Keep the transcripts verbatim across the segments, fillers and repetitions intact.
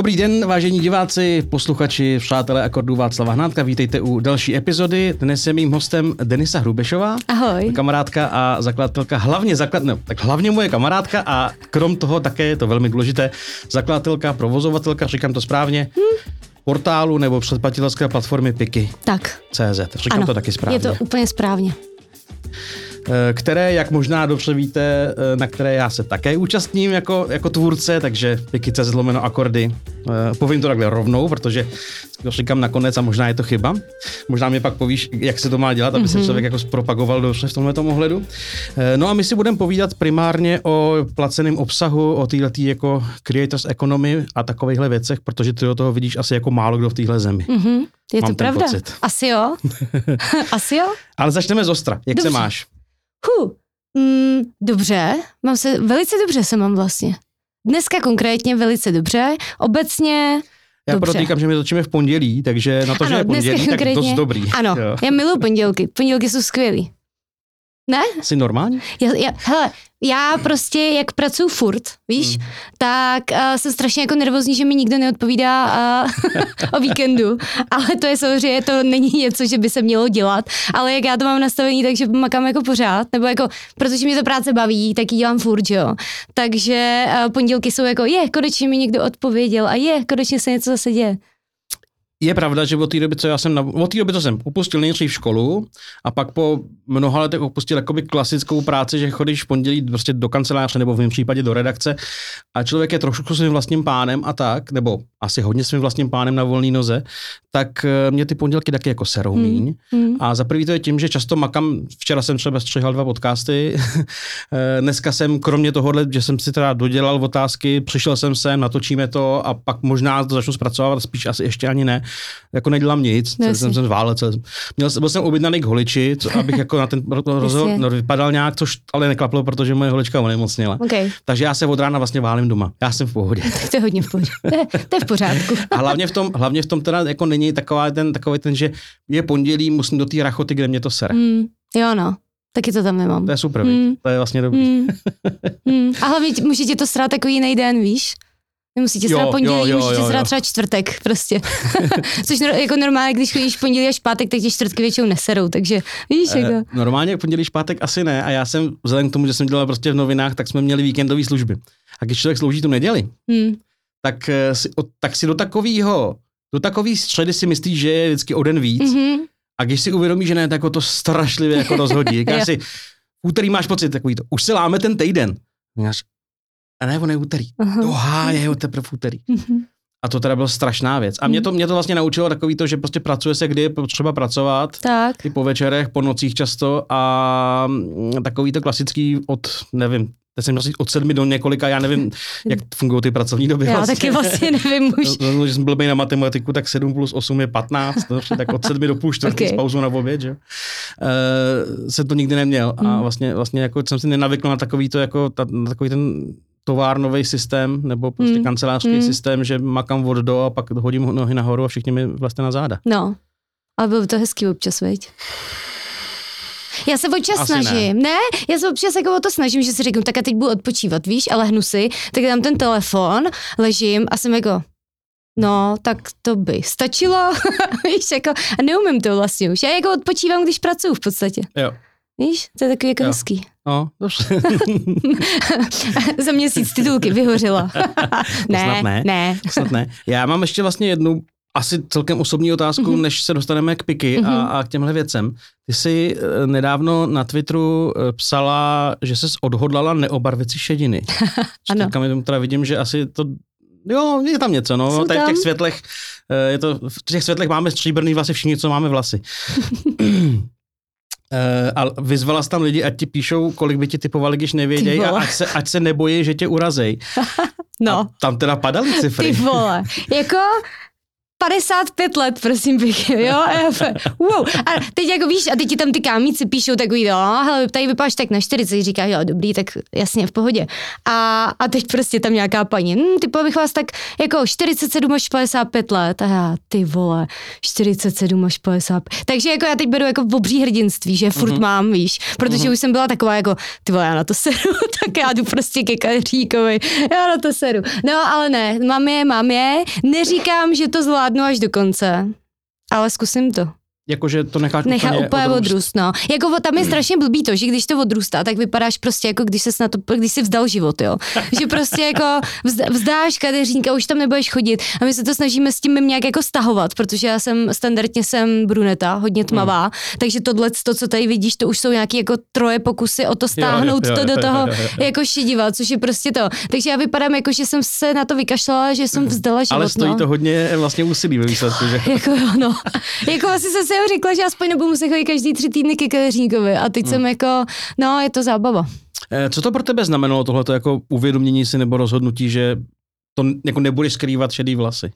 Dobrý den, vážení diváci, posluchači, přátelé Akordů Václava Hnátka. Vítejte u další epizody. Dnes je mým hostem Denisa Hrubešová. Ahoj. Kamarádka a zakladatelka, hlavně zaklad, no, tak hlavně moje kamarádka a krom toho také je to velmi důležité, zakladatelka, provozovatelka, říkám to správně, hmm. portálu nebo předplatitelské platformy Piky. Tak. C Z. Říkám ano, to taky správně. Je to úplně správně. Které, jak možná dobře víte, na které já se také účastním jako, jako tvůrce, takže Piky tečka cé zet lomeno akordy. Povím to takhle rovnou, protože to říkám nakonec a možná je to chyba. Možná mě pak povíš, jak se to má dělat, aby mm-hmm. se člověk jako zpropagoval dobře v tomhletom ohledu. No a my si budeme povídat primárně o placeném obsahu, o této jako creators economy a takovýchhle věcech, protože ty do toho vidíš asi jako málo kdo v téhle zemi. Mm-hmm. Je Mám to pravda? Pocit. Asi jo. Asi jo. Ale začneme z ostra. Jak Dobře. se máš? Huh. Mm, dobře, mám se, velice dobře se mám vlastně. Dneska konkrétně velice dobře, obecně Já dobře. podotýkám, že my točíme v pondělí, takže na to, ano, že je pondělí, tak konkrétně, dost dobrý. Ano, jo. já miluji pondělky, pondělky jsou skvělý. Ne? Jsi normální? Já, já, hele, já prostě, jak pracuji furt, víš, mm. tak uh, jsem strašně jako nervózní, že mi nikdo neodpovídá uh, o víkendu, ale to je samozřejmě, to není něco, že by se mělo dělat, ale jak já to mám nastavený, takže makám jako pořád, nebo jako, protože mě to práce baví, tak ji dělám furt, jo. Takže uh, pondělky jsou jako, je, konečně mi někdo odpověděl a je, konečně se něco zase děje. Je pravda, že od té doby, co já jsem, od té doby, co jsem opustil nejdřív školu a pak po mnoha letech opustil jakoby klasickou práci, že chodíš v pondělí prostě do kanceláře nebo v mém případě do redakce a člověk je trošku svým vlastním pánem a tak, nebo asi hodně svým vlastním pánem na volné noze, tak mě ty pondělky taky jako serou míň. Hmm. A za prvý to je tím, že často makám, včera jsem třeba střihal dva podcasty, dneska jsem kromě tohohle, že jsem si teda dodělal otázky, přišel jsem sem, natočíme to a pak možná to začnu zpracovávat, spíš asi ještě ani ne. Jako nedělám nic, celý jsem jsem válel, celý. Měl, byl jsem objednaný k holiči, co, abych jako na ten rozhovor no, vypadal nějak, což ale neklaplo, protože moje holička onemocněla. Okay. Takže já se od rána vlastně válím doma. Já jsem v pohodě. To je hodně v pohodě. To je, to je v pořádku. A hlavně v tom, hlavně v tom teda jako není taková ten, takový ten, že je pondělí, musím do té rachoty, kde mě to sere. Mm, jo no, taky to tam nemám. To je super, mm. to je vlastně dobrý. Mm. mm. A hlavně může tě to srát takový jiný den, víš? Nemusíte srát pondělí, jo, jo, můžete srát třeba čtvrtek prostě. Což no, jako normálně, když chodíš pondělí až pátek, tak tě čtvrtky většinou neserou, takže víš eh, jako. Normálně pondělí pátek asi ne a já jsem, vzhledem k tomu, že jsem dělal prostě v novinách, tak jsme měli víkendové služby. A když člověk slouží tu neděli, hmm. tak, si, tak si do takového, do takový středy si myslí, že je vždycky o den víc. Mm-hmm. A když si uvědomí, že ne, tak to strašlivě jako rozhodí. Říkáš si, v úterý máš pocit takový to, už se láme ten týden. Říkáš, a ne, on je úterý. Uh-huh. Dohá, je ho teprve v úterý. Uh-huh. A to teda byla strašná věc. A mě to, mě to vlastně naučilo takový to, že prostě pracuje se, kdy je potřeba pracovat. Tak. I po večerech, po nocích často a takový to klasický od, nevím, teď jsem měl od sedmi do několika, já nevím, jak fungují ty pracovní doby. Já vlastně. taky vlastně nevím už. No, no, že jsem byl na matematiku, tak sedm plus osm je patnáct, no, tak od sedmi do půl čtvrtý okay. s pauzou na oběd, že? E, jsem to nikdy neměl hmm. a vlastně, vlastně jako jsem si nenavykl na takový to, jako, ta, na takový ten továrnový systém, nebo prostě hmm. kancelářský hmm. systém, že makám od do a pak hodím nohy nahoru a všichni mi vlastně na záda. No, ale bylo by to hezký občas, veď? Já se občas Asi snažím, ne. ne, já se občas jako o to snažím, že si řeknu, tak a teď budu odpočívat, víš, ale hnu si, tak dám ten telefon, ležím a jsem jako, no, tak to by stačilo, víš, jako, a neumím to vlastně už, já jako odpočívám, když pracuju v podstatě. Jo. Víš, to je takový jako jo. hezký. No, dobře. Za měsíc titulky vyhořela. ne, snad ne, ne. Snad ne. Já mám ještě vlastně jednu asi celkem osobní otázku, mm-hmm. než se dostaneme k Piky mm-hmm. a, a k těmhle věcem. Ty jsi nedávno na Twitteru psala, že ses odhodlala neobarvit si šediny. Ano. Teďka mi teda vidím, že asi to, jo, je tam něco, no. Tady v těch světlech, je to, v těch světlech máme stříbrný vlasy, všichni, co máme vlasy. Uh, a vyzvala jsi tam lidi, ať ti píšou, kolik by ti typovali, když nevědějí a ať se, ať se nebojí, že tě urazej. No. A tam teda padaly cifry. Ty vole, jako padesát pět let, prosím pěkně, jo? Wow. A teď jako víš, a teď ti tam ty kámíci píšou takový, jo, hele, tady vypadáš tak na čtyřicet, říká, jo, dobrý, tak jasně, v pohodě. A, a teď prostě tam nějaká paní, hm, typu bych vás tak jako čtyřicet sedm až padesát pět let. A já, ty vole, čtyřicet sedm až padesát pět. Takže jako já teď beru jako obří hrdinství, že furt mm-hmm. mám, víš, protože mm-hmm. už jsem byla taková jako, ty vole, já na to seru, tak já jdu prostě ke Kateřínkovi, já na to seru. No, ale ne, mám je, mám je, neříkám, že to zvládnu až do konce, ale zkusím to. Jakože to necháš Nechá úplně, úplně odrůst, no. Jako tam je strašně blbý to, že když to odrůstá, tak vypadáš prostě jako když ses na to, když jsi vzdal život, jo. Že prostě jako vzdáš Kateřínka, už tam nebudeš chodit a my se to snažíme s tím nějak jako stahovat, protože já jsem standardně jsem bruneta, hodně tmavá, hmm. takže tohle, to, co tady vidíš, to už jsou nějaký jako troje pokusy o to stáhnout jo, jo, jo, to do toho jo, jo, jo. jako šediva, což je prostě to. Takže já vypadám jako, že jsem se na to vykašlala, že jsem vzdala život. Ale stojí no. to hodně vlastně úsilí ve výsledku, že? jako jo, no. Jako asi jsem si řekla, že aspoň nebudu muset chodit každý tři týdny ke Kateřínkovi a teď hmm. jsem jako, no je to zábava. Co to pro tebe znamenalo tohleto jako uvědomění si nebo rozhodnutí, že to jako nebudeš skrývat šedý vlasy?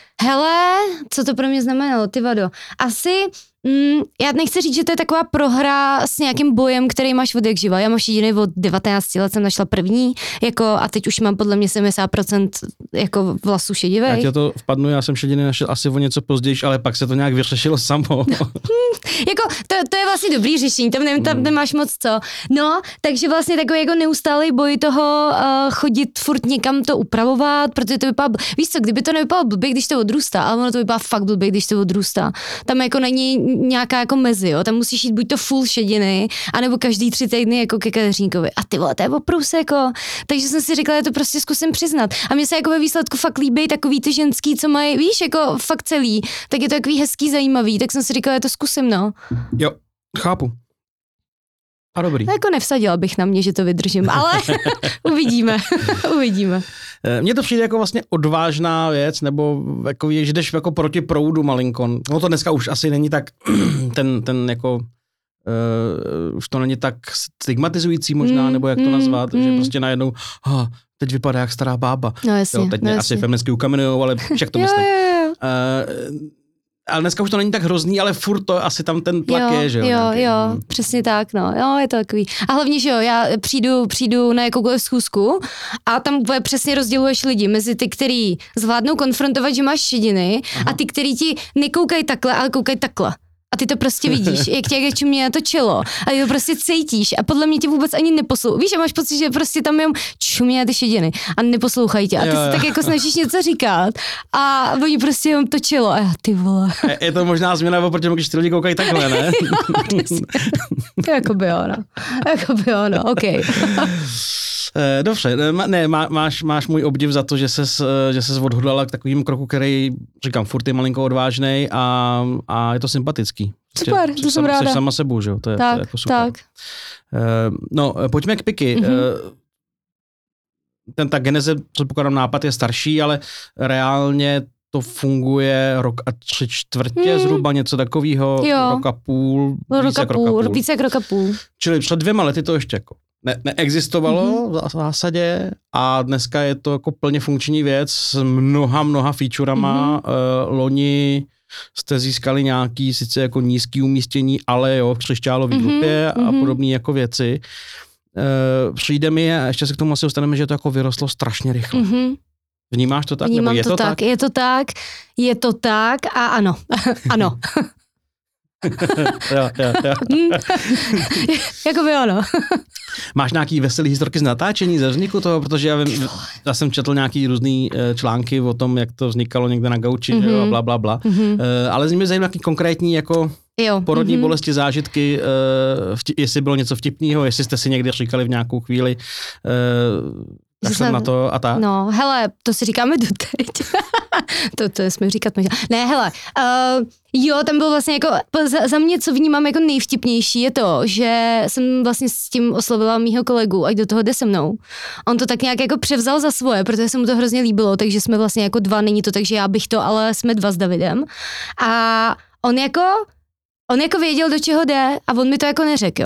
Hele, co to pro mě znamenalo, ty vado. Asi, mm, já nechci říct, že to je taková prohra s nějakým bojem, který máš od jak živa. Já mám šediny od devatenácti let, jsem našla první, jako a teď už mám podle mě sedmdesát procent jako vlasů šedivej. Já tě to vpadnu, já jsem šediny našel asi o něco později, ale pak se to nějak vyřešilo samo. jako, to, to je vlastně dobrý řešení, tam, ne, tam nemáš moc co. No, takže vlastně takový jako neustálý boj toho uh, chodit furt někam to upravovat, protože to vypadá, víš co, kdyby to nevypadalo blbě, když to odrůstá, ale ono to vypadá fakt blbě, když to odrůstá. Tam jako není nějaká jako mezi, jo, tam musíš jít buď to full šediny, anebo každý tři týdny jako ke Kateřínkovi. A ty vole, to je oprus, jako. Takže jsem si řekla, že to prostě zkusím přiznat. A mně se jako ve výsledku fakt líbí takový ty ženský, co mají, víš, jako fakt celý, tak je to takový hezký, zajímavý, tak jsem si říkala, že to zkusím, no. Jo, chápu. A dobrý. No, jako nevsadila bych na mě, že to vydržím, ale uvidíme, uvidíme. Mně to přijde jako vlastně odvážná věc, nebo jako, že jdeš jako proti proudu malinko. No to dneska už asi není tak ten, ten jako, uh, už to není tak stigmatizující možná, mm, nebo jak to nazvat, mm, že mm. prostě najednou, ha, teď vypadá jak stará bába. No jasně, jo, teď no mě jasně. asi feministky ukamenujou, ale však to myslím. jo, jo, jo. Uh, ale dneska už to není tak hrozný, ale furt to asi tam ten tlak jo, je, že jo? Jo, nějaký. jo, přesně tak, no, jo, je to takový. A hlavně, že jo, já přijdu, přijdu na jakoukoliv schůzku a tam přesně rozděluješ lidi mezi ty, který zvládnou konfrontovat, že máš šediny Aha. a ty, který ti nekoukají takhle, ale koukají takhle. A ty to prostě vidíš, jak tě jak čumě na to čelo. A ty to prostě cítíš. A podle mě tě vůbec ani neposlouchají. Víš, a máš pocit, že prostě tam jenom čumě na ty šediny a neposlouchají tě. A ty jo, se jo. tak jako snažíš něco říkat. A oni prostě jenom to čelo. A já, ty vole. Je to možná změna oproti, když ty lidi koukají takhle, ne? Jako by ono. Jako by ono, okej. Okay. Dobře, ne, má, máš, máš můj obdiv za to, že ses, že ses odhodlala k takovým kroku, který, říkám, furt je malinko odvážnej a, a je to sympatický. Super, to jsem sam, ráda. Jsi sama sebou, že jo, to je, tak, to je jako super. Tak. No, pojďme k Piky. Mm-hmm. Ten, ta geneze, předpokládám, nápad je starší, ale reálně to funguje rok a tři čtvrtě, hmm. zhruba něco takového, rok a půl, rok více a jak rok a půl. Více jak rok a půl. Čili před dvěma lety to ještě jako ne, neexistovalo mm-hmm. v zásadě a dneska je to jako plně funkční věc s mnoha, mnoha featurama. Mm-hmm. Uh, loni jste získali nějaký sice jako nízký umístění, ale jo, v křišťálový mm-hmm. lupě a mm-hmm. podobné jako věci. Uh, přijde mi, a ještě se k tomu asi dostaneme, že to jako vyrostlo strašně rychle. Mm-hmm. Vnímáš to tak? Vnímám nebo je to, to tak, tak? Je to tak, je to tak a ano. ano. jo, jo, jo. Jakoby ano. Máš nějaký veselý historky z natáčení, ze vzniku toho, protože já vím, já jsem četl nějaký různý články o tom, jak to vznikalo někde na gauči, mm-hmm. jo, bla, bla, bla. Mm-hmm. Ale z mě zajímavé nějaký konkrétní jako jo. porodní mm-hmm. bolesti, zážitky, vtip, jestli bylo něco vtipného, jestli jste si někdy říkali v nějakou chvíli, tak jsem na to a tak. No, hele, to si říkáme doteď. to, to jsme říkat možná. Ne, hele, uh, jo, tam bylo vlastně jako, za, za mě, co vnímám jako nejvtipnější, je to, že jsem vlastně s tím oslovila mýho kolegu, ať do toho jde se mnou. On to tak nějak jako převzal za svoje, protože se mu to hrozně líbilo, takže jsme vlastně jako dva, není to tak, že já bych to, ale jsme dva s Davidem. A on jako, on jako věděl, do čeho jde a on mi to jako neřekl, jo.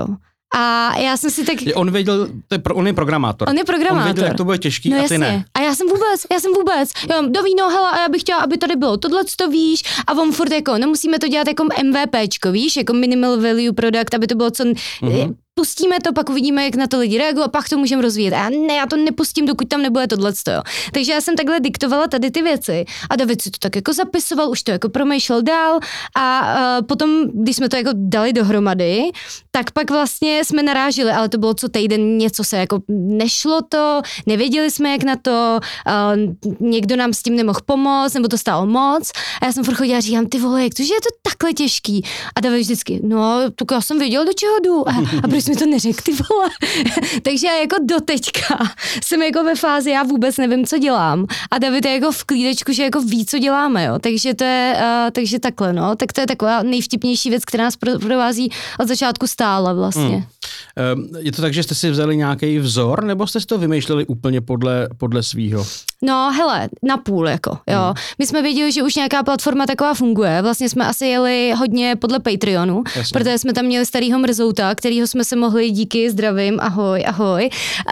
A já jsem si tak... On věděl, to je pro, on je programátor. On je programátor. On věděl, jak to bude těžký, no a ty jasně. ne. A já jsem vůbec, já jsem vůbec, jo, Doví, no hele, a já bych chtěla, aby tady bylo tohle, to víš, a on furt jako, no musíme to dělat jako MVPčko, víš, jako minimal value product, aby to bylo co... Mm-hmm. Pustíme to, pak uvidíme, jak na to lidi reagují a pak to můžeme rozvíjet. A já, ne, já to nepustím, dokud tam nebude tohleto, jo. Takže já jsem takhle diktovala tady ty věci a David si to tak jako zapisoval, už to jako promýšlel dál a uh, potom, když jsme to jako dali dohromady, tak pak vlastně jsme narážili, ale to bylo co týden, něco se jako nešlo to, nevěděli jsme, jak na to, uh, někdo nám s tím nemohl pomoct, nebo to stálo moc a já jsem furt chodila a říkám, ty vole, jak to, že je to takhle těžký? A David vždycky, no, tak já jsem věděl, do čeho jdu. A, a proč mi to neřekl, ty vole? Takže já jako doteďka jsem jako ve fázi, já vůbec nevím, co dělám. A David je jako v klídečku, že jako ví, co děláme, jo. Takže to je, uh, takže takhle, no. Tak to je taková nejvtipnější věc, která nás provází od začátku stále vlastně. Hmm. Je to tak, že jste si vzali nějaký vzor, nebo jste si to vymýšleli úplně podle, podle svýho? No hele, na půl jako, jo. Hmm. My jsme věděli, že už nějaká platforma taková funguje. Vlastně jsme asi jeli hodně podle Patreonu, jasně. Protože jsme tam měli starýho mrzouta, kterýho jsme se mohli díky zdravím, ahoj, ahoj,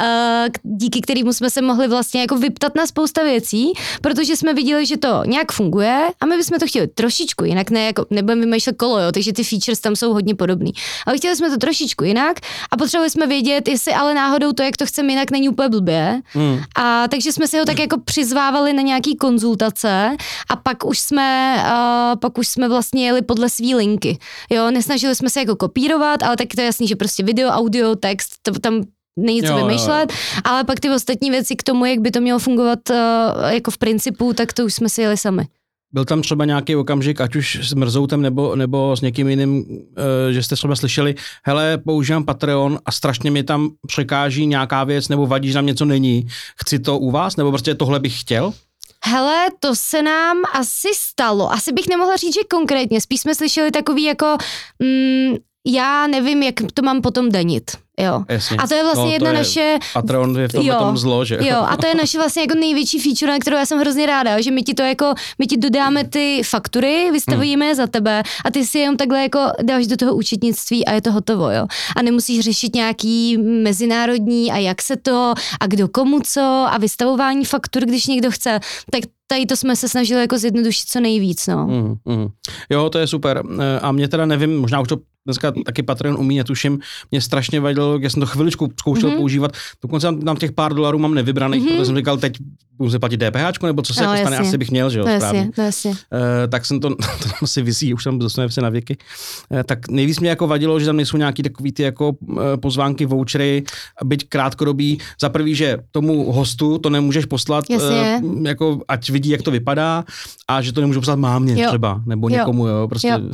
uh, díky kterému jsme se mohli vlastně jako vyptat na spousta věcí, protože jsme viděli, že to nějak funguje a my bychom to chtěli trošičku jinak, ne jako nebudeme vymýšlet kolo, jo, takže ty features tam jsou hodně podobný. Ale chtěli jsme to trošičku jinak a potřebovali jsme vědět, jestli ale náhodou to, jak to chceme jinak, není úplně blbě. Hmm. A takže jsme si ho tak jako přizvávali na nějaký konzultace a pak už jsme, uh, pak už jsme vlastně jeli podle svý linky. Jo, nesnažili jsme se jako kopírovat, ale tak to je jasný, že prostě video, audio, text, to tam není co jo, vymýšlet, jo. Ale pak ty ostatní věci k tomu, jak by to mělo fungovat uh, jako v principu, tak to už jsme si jeli sami. Byl tam třeba nějaký okamžik, ať už s Mrzoutem nebo, nebo s někým jiným, že jste třeba slyšeli, hele, používám Patreon a strašně mi tam překáží nějaká věc, nebo vadí, že tam něco není. Chci to u vás, nebo prostě tohle bych chtěl? Hele, to se nám asi stalo. Asi bych nemohla říct, že konkrétně. Spíš jsme slyšeli takový jako, mm, já nevím, jak to mám potom danit. Jo. Jasně. A to je vlastně no, jedna je, naše... Patreon je v tomhle tom zlo, že? Jo, a to je naše vlastně jako největší feature, na kterou já jsem hrozně ráda, že my ti to jako, my ti dodáme ty faktury, vystavujeme je hmm. za tebe a ty si jenom takhle jako dáš do toho účetnictví a je to hotovo, jo. A nemusíš řešit nějaký mezinárodní a jak se to a kdo komu co a vystavování faktur, když někdo chce, tak tady to jsme se snažili jako zjednodušit co nejvíc, no. Mm, mm. Jo, to je super. A mě teda nevím, možná už to dneska taky Patreon umí, netuším, mě strašně vadilo, já jsem to chviličku zkoušel mm-hmm. používat, dokonce tam těch pár dolarů mám nevybraných, mm-hmm. protože jsem říkal, teď budu se platit DPHčko, nebo co se no, jako stane, asi bych měl, že jo, to správně. Jasně, to jasně. Uh, tak jsem to, to tam asi visí, už tam dostaneme se na věky. Uh, tak nejvíc mě jako vadilo, že tam nejsou nějaký takový ty jako uh, pozvánky, vouchery, byť krátkodobí. Za prvý, že tomu hostu to nemůžeš poslat, uh, jako ať vidí, jak to vypadá, a že to nemůžu poslat mámě jo. třeba, nebo jo. někomu, jo, prostě. Jo.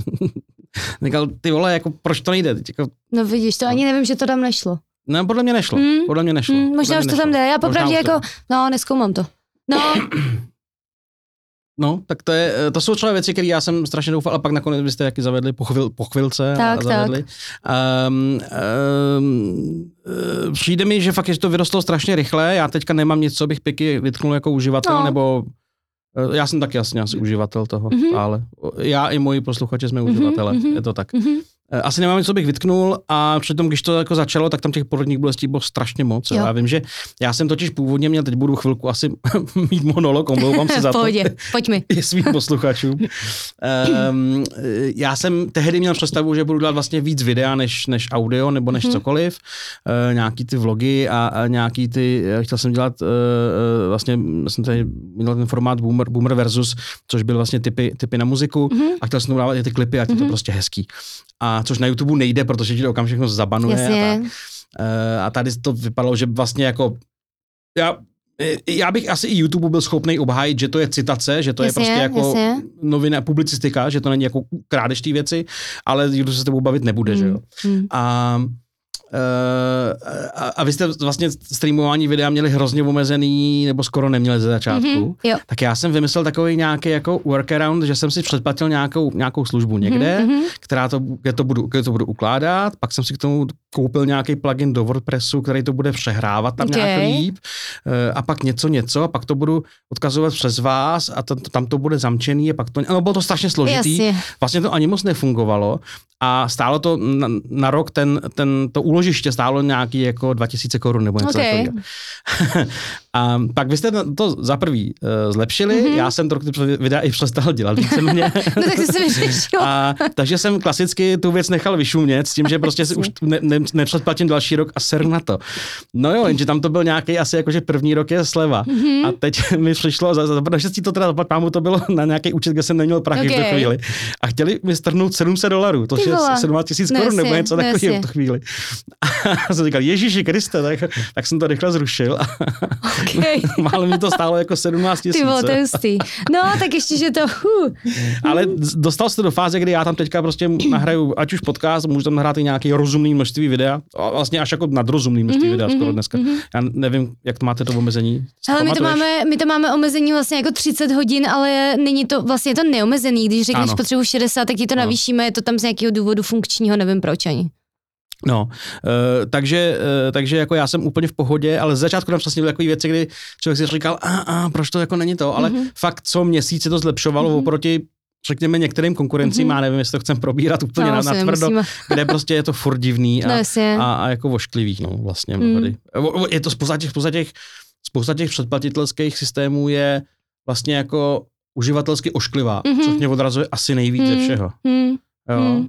Říkal, ty vole, jako proč to nejde? Jako, no vidíš, to ani nevím, že to tam nešlo. No, podle mě nešlo. Mm. Podle mě nešlo. Mm, možná už to nešlo. Tam jde. Já popravdě jako, no, nezkoumám to. No. No, tak to, je, to jsou třeba věci, které já jsem strašně doufal, a pak nakonec byste taky zavedli po, chvil, po chvilce tak, a zavedli. Um, um, přijde mi, že fakt je to vyrostlo strašně rychle. Já teďka nemám nic, co bych pěkně vytknul jako uživatel, no. nebo já jsem taky jasně asi uživatel toho, mm-hmm. ale já i moji posluchači jsme mm-hmm, uživatelé, mm-hmm. je to tak. Mm-hmm. Asi nemám nic, co bych vytknul, a přitom, když to jako začalo, tak tam těch porodních bolestí bylo strašně moc. Jo. Já vím, že já jsem totiž původně měl, teď budu chvilku asi mít monolog, omlouvám se za to. Pohodě, pojď mi. Svým posluchačům. Um, já jsem tehdy měl představu, že budu dělat vlastně víc videa než, než audio, nebo než hmm. cokoliv. Uh, nějaký ty vlogy a, a nějaký ty, chtěl jsem dělat, uh, vlastně jsem tady měl ten formát Boomer, Boomer versus, což byl vlastně typy, typy na muziku, hmm. a chtěl jsem dávat ty klipy, a je to hmm. prostě hezký. A což na YouTube nejde, protože ti to okamžik zabanuje. Jasně. A, tak. a tady to vypadalo, že vlastně jako já, já bych asi i YouTube byl schopný obhájit, že to je citace, že to jasně, je prostě jako jasně. novina, publicistika, že to není jako krádež té věci, ale YouTube se s tebou bavit nebude, mm. že jo. Mm. A Uh, a, a vy jste vlastně streamování videa měli hrozně omezený, nebo skoro neměli ze začátku. Mm-hmm, tak já jsem vymyslel takový nějaký jako workaround, že jsem si předplatil nějakou, nějakou službu někde, mm-hmm. která to, kde to, budu, kde to budu ukládat, pak jsem si k tomu koupil nějaký plugin do WordPressu, který to bude přehrávat tam okay. nějak líp, uh, a pak něco, něco, a pak to budu odkazovat přes vás, a to, tam to bude zamčený, a pak to, no bylo to strašně složitý, Jasně. vlastně to ani moc nefungovalo, a stálo to na, na rok ten, ten, to uložení úložiště stálo nějaký jako dva tisíce korun nebo něco okay. takového. A pak vy jste to za prvý uh, zlepšili, mm-hmm. já jsem to videa i přestal dělat víceméně. No tak to se vyřešil. A takže jsem klasicky tu věc nechal vyšumět s tím, že prostě si už ne, ne, nepředplatím další rok a seru na to. No jo, jenže tam to byl nějaký asi jakože první rok je sleva. Mm-hmm. A teď mi přišlo, za, za, naštěstí to teda zaplať pámu to bylo na nějaký účet, kde jsem neměl prachy okay. v tu chvíli. A chtěli mi strhnout sedm set dolarů, to je sedmnáct tisíc korun nebo něco takového v tu chvíli. A jsem říkal, Ježíši Kriste, tak, tak jsem to rychle zrušil. Okay. Málo mi to stálo jako sedmnáct tisíc. Ty vole, to je hustý. No, tak ještě, že to... Uh. Ale dostal jste do fáze, kdy já tam teďka prostě nahraju, ať už podcast, můžu tam nahrát i nějaký rozumný množství videa, vlastně až jako nadrozumný množství mm-hmm, videa skoro dneska. Mm-hmm. Já nevím, jak to máte to omezení. Ale my to, máme, my to máme omezení vlastně jako třicet hodin, ale není to vlastně to neomezený. Když řekneš ano. potřebuji šedesát, tak ti to navýšíme, je to tam z nějakého důvodu funkčního, nevím proč ani. No, uh, takže, uh, takže jako já jsem úplně v pohodě, ale z začátku tam přesně byly takové věci, kdy člověk si říkal, a, a proč to jako není to, ale mm-hmm. fakt co měsíc se to zlepšovalo mm-hmm. oproti řekněme některým konkurencím, mm-hmm. já nevím, jestli to chcem probírat úplně no, na, na tvrdo, kde prostě je to furt divný a, no, a, a jako vošklivý, no vlastně mnohdy. Mm. Je to spousta těch, spousta těch, spousta těch předplatitelských systémů je vlastně jako uživatelsky ošklivá, mm-hmm. což mě odrazuje asi nejvíc mm. ze všeho. Mm. Jo. Mm.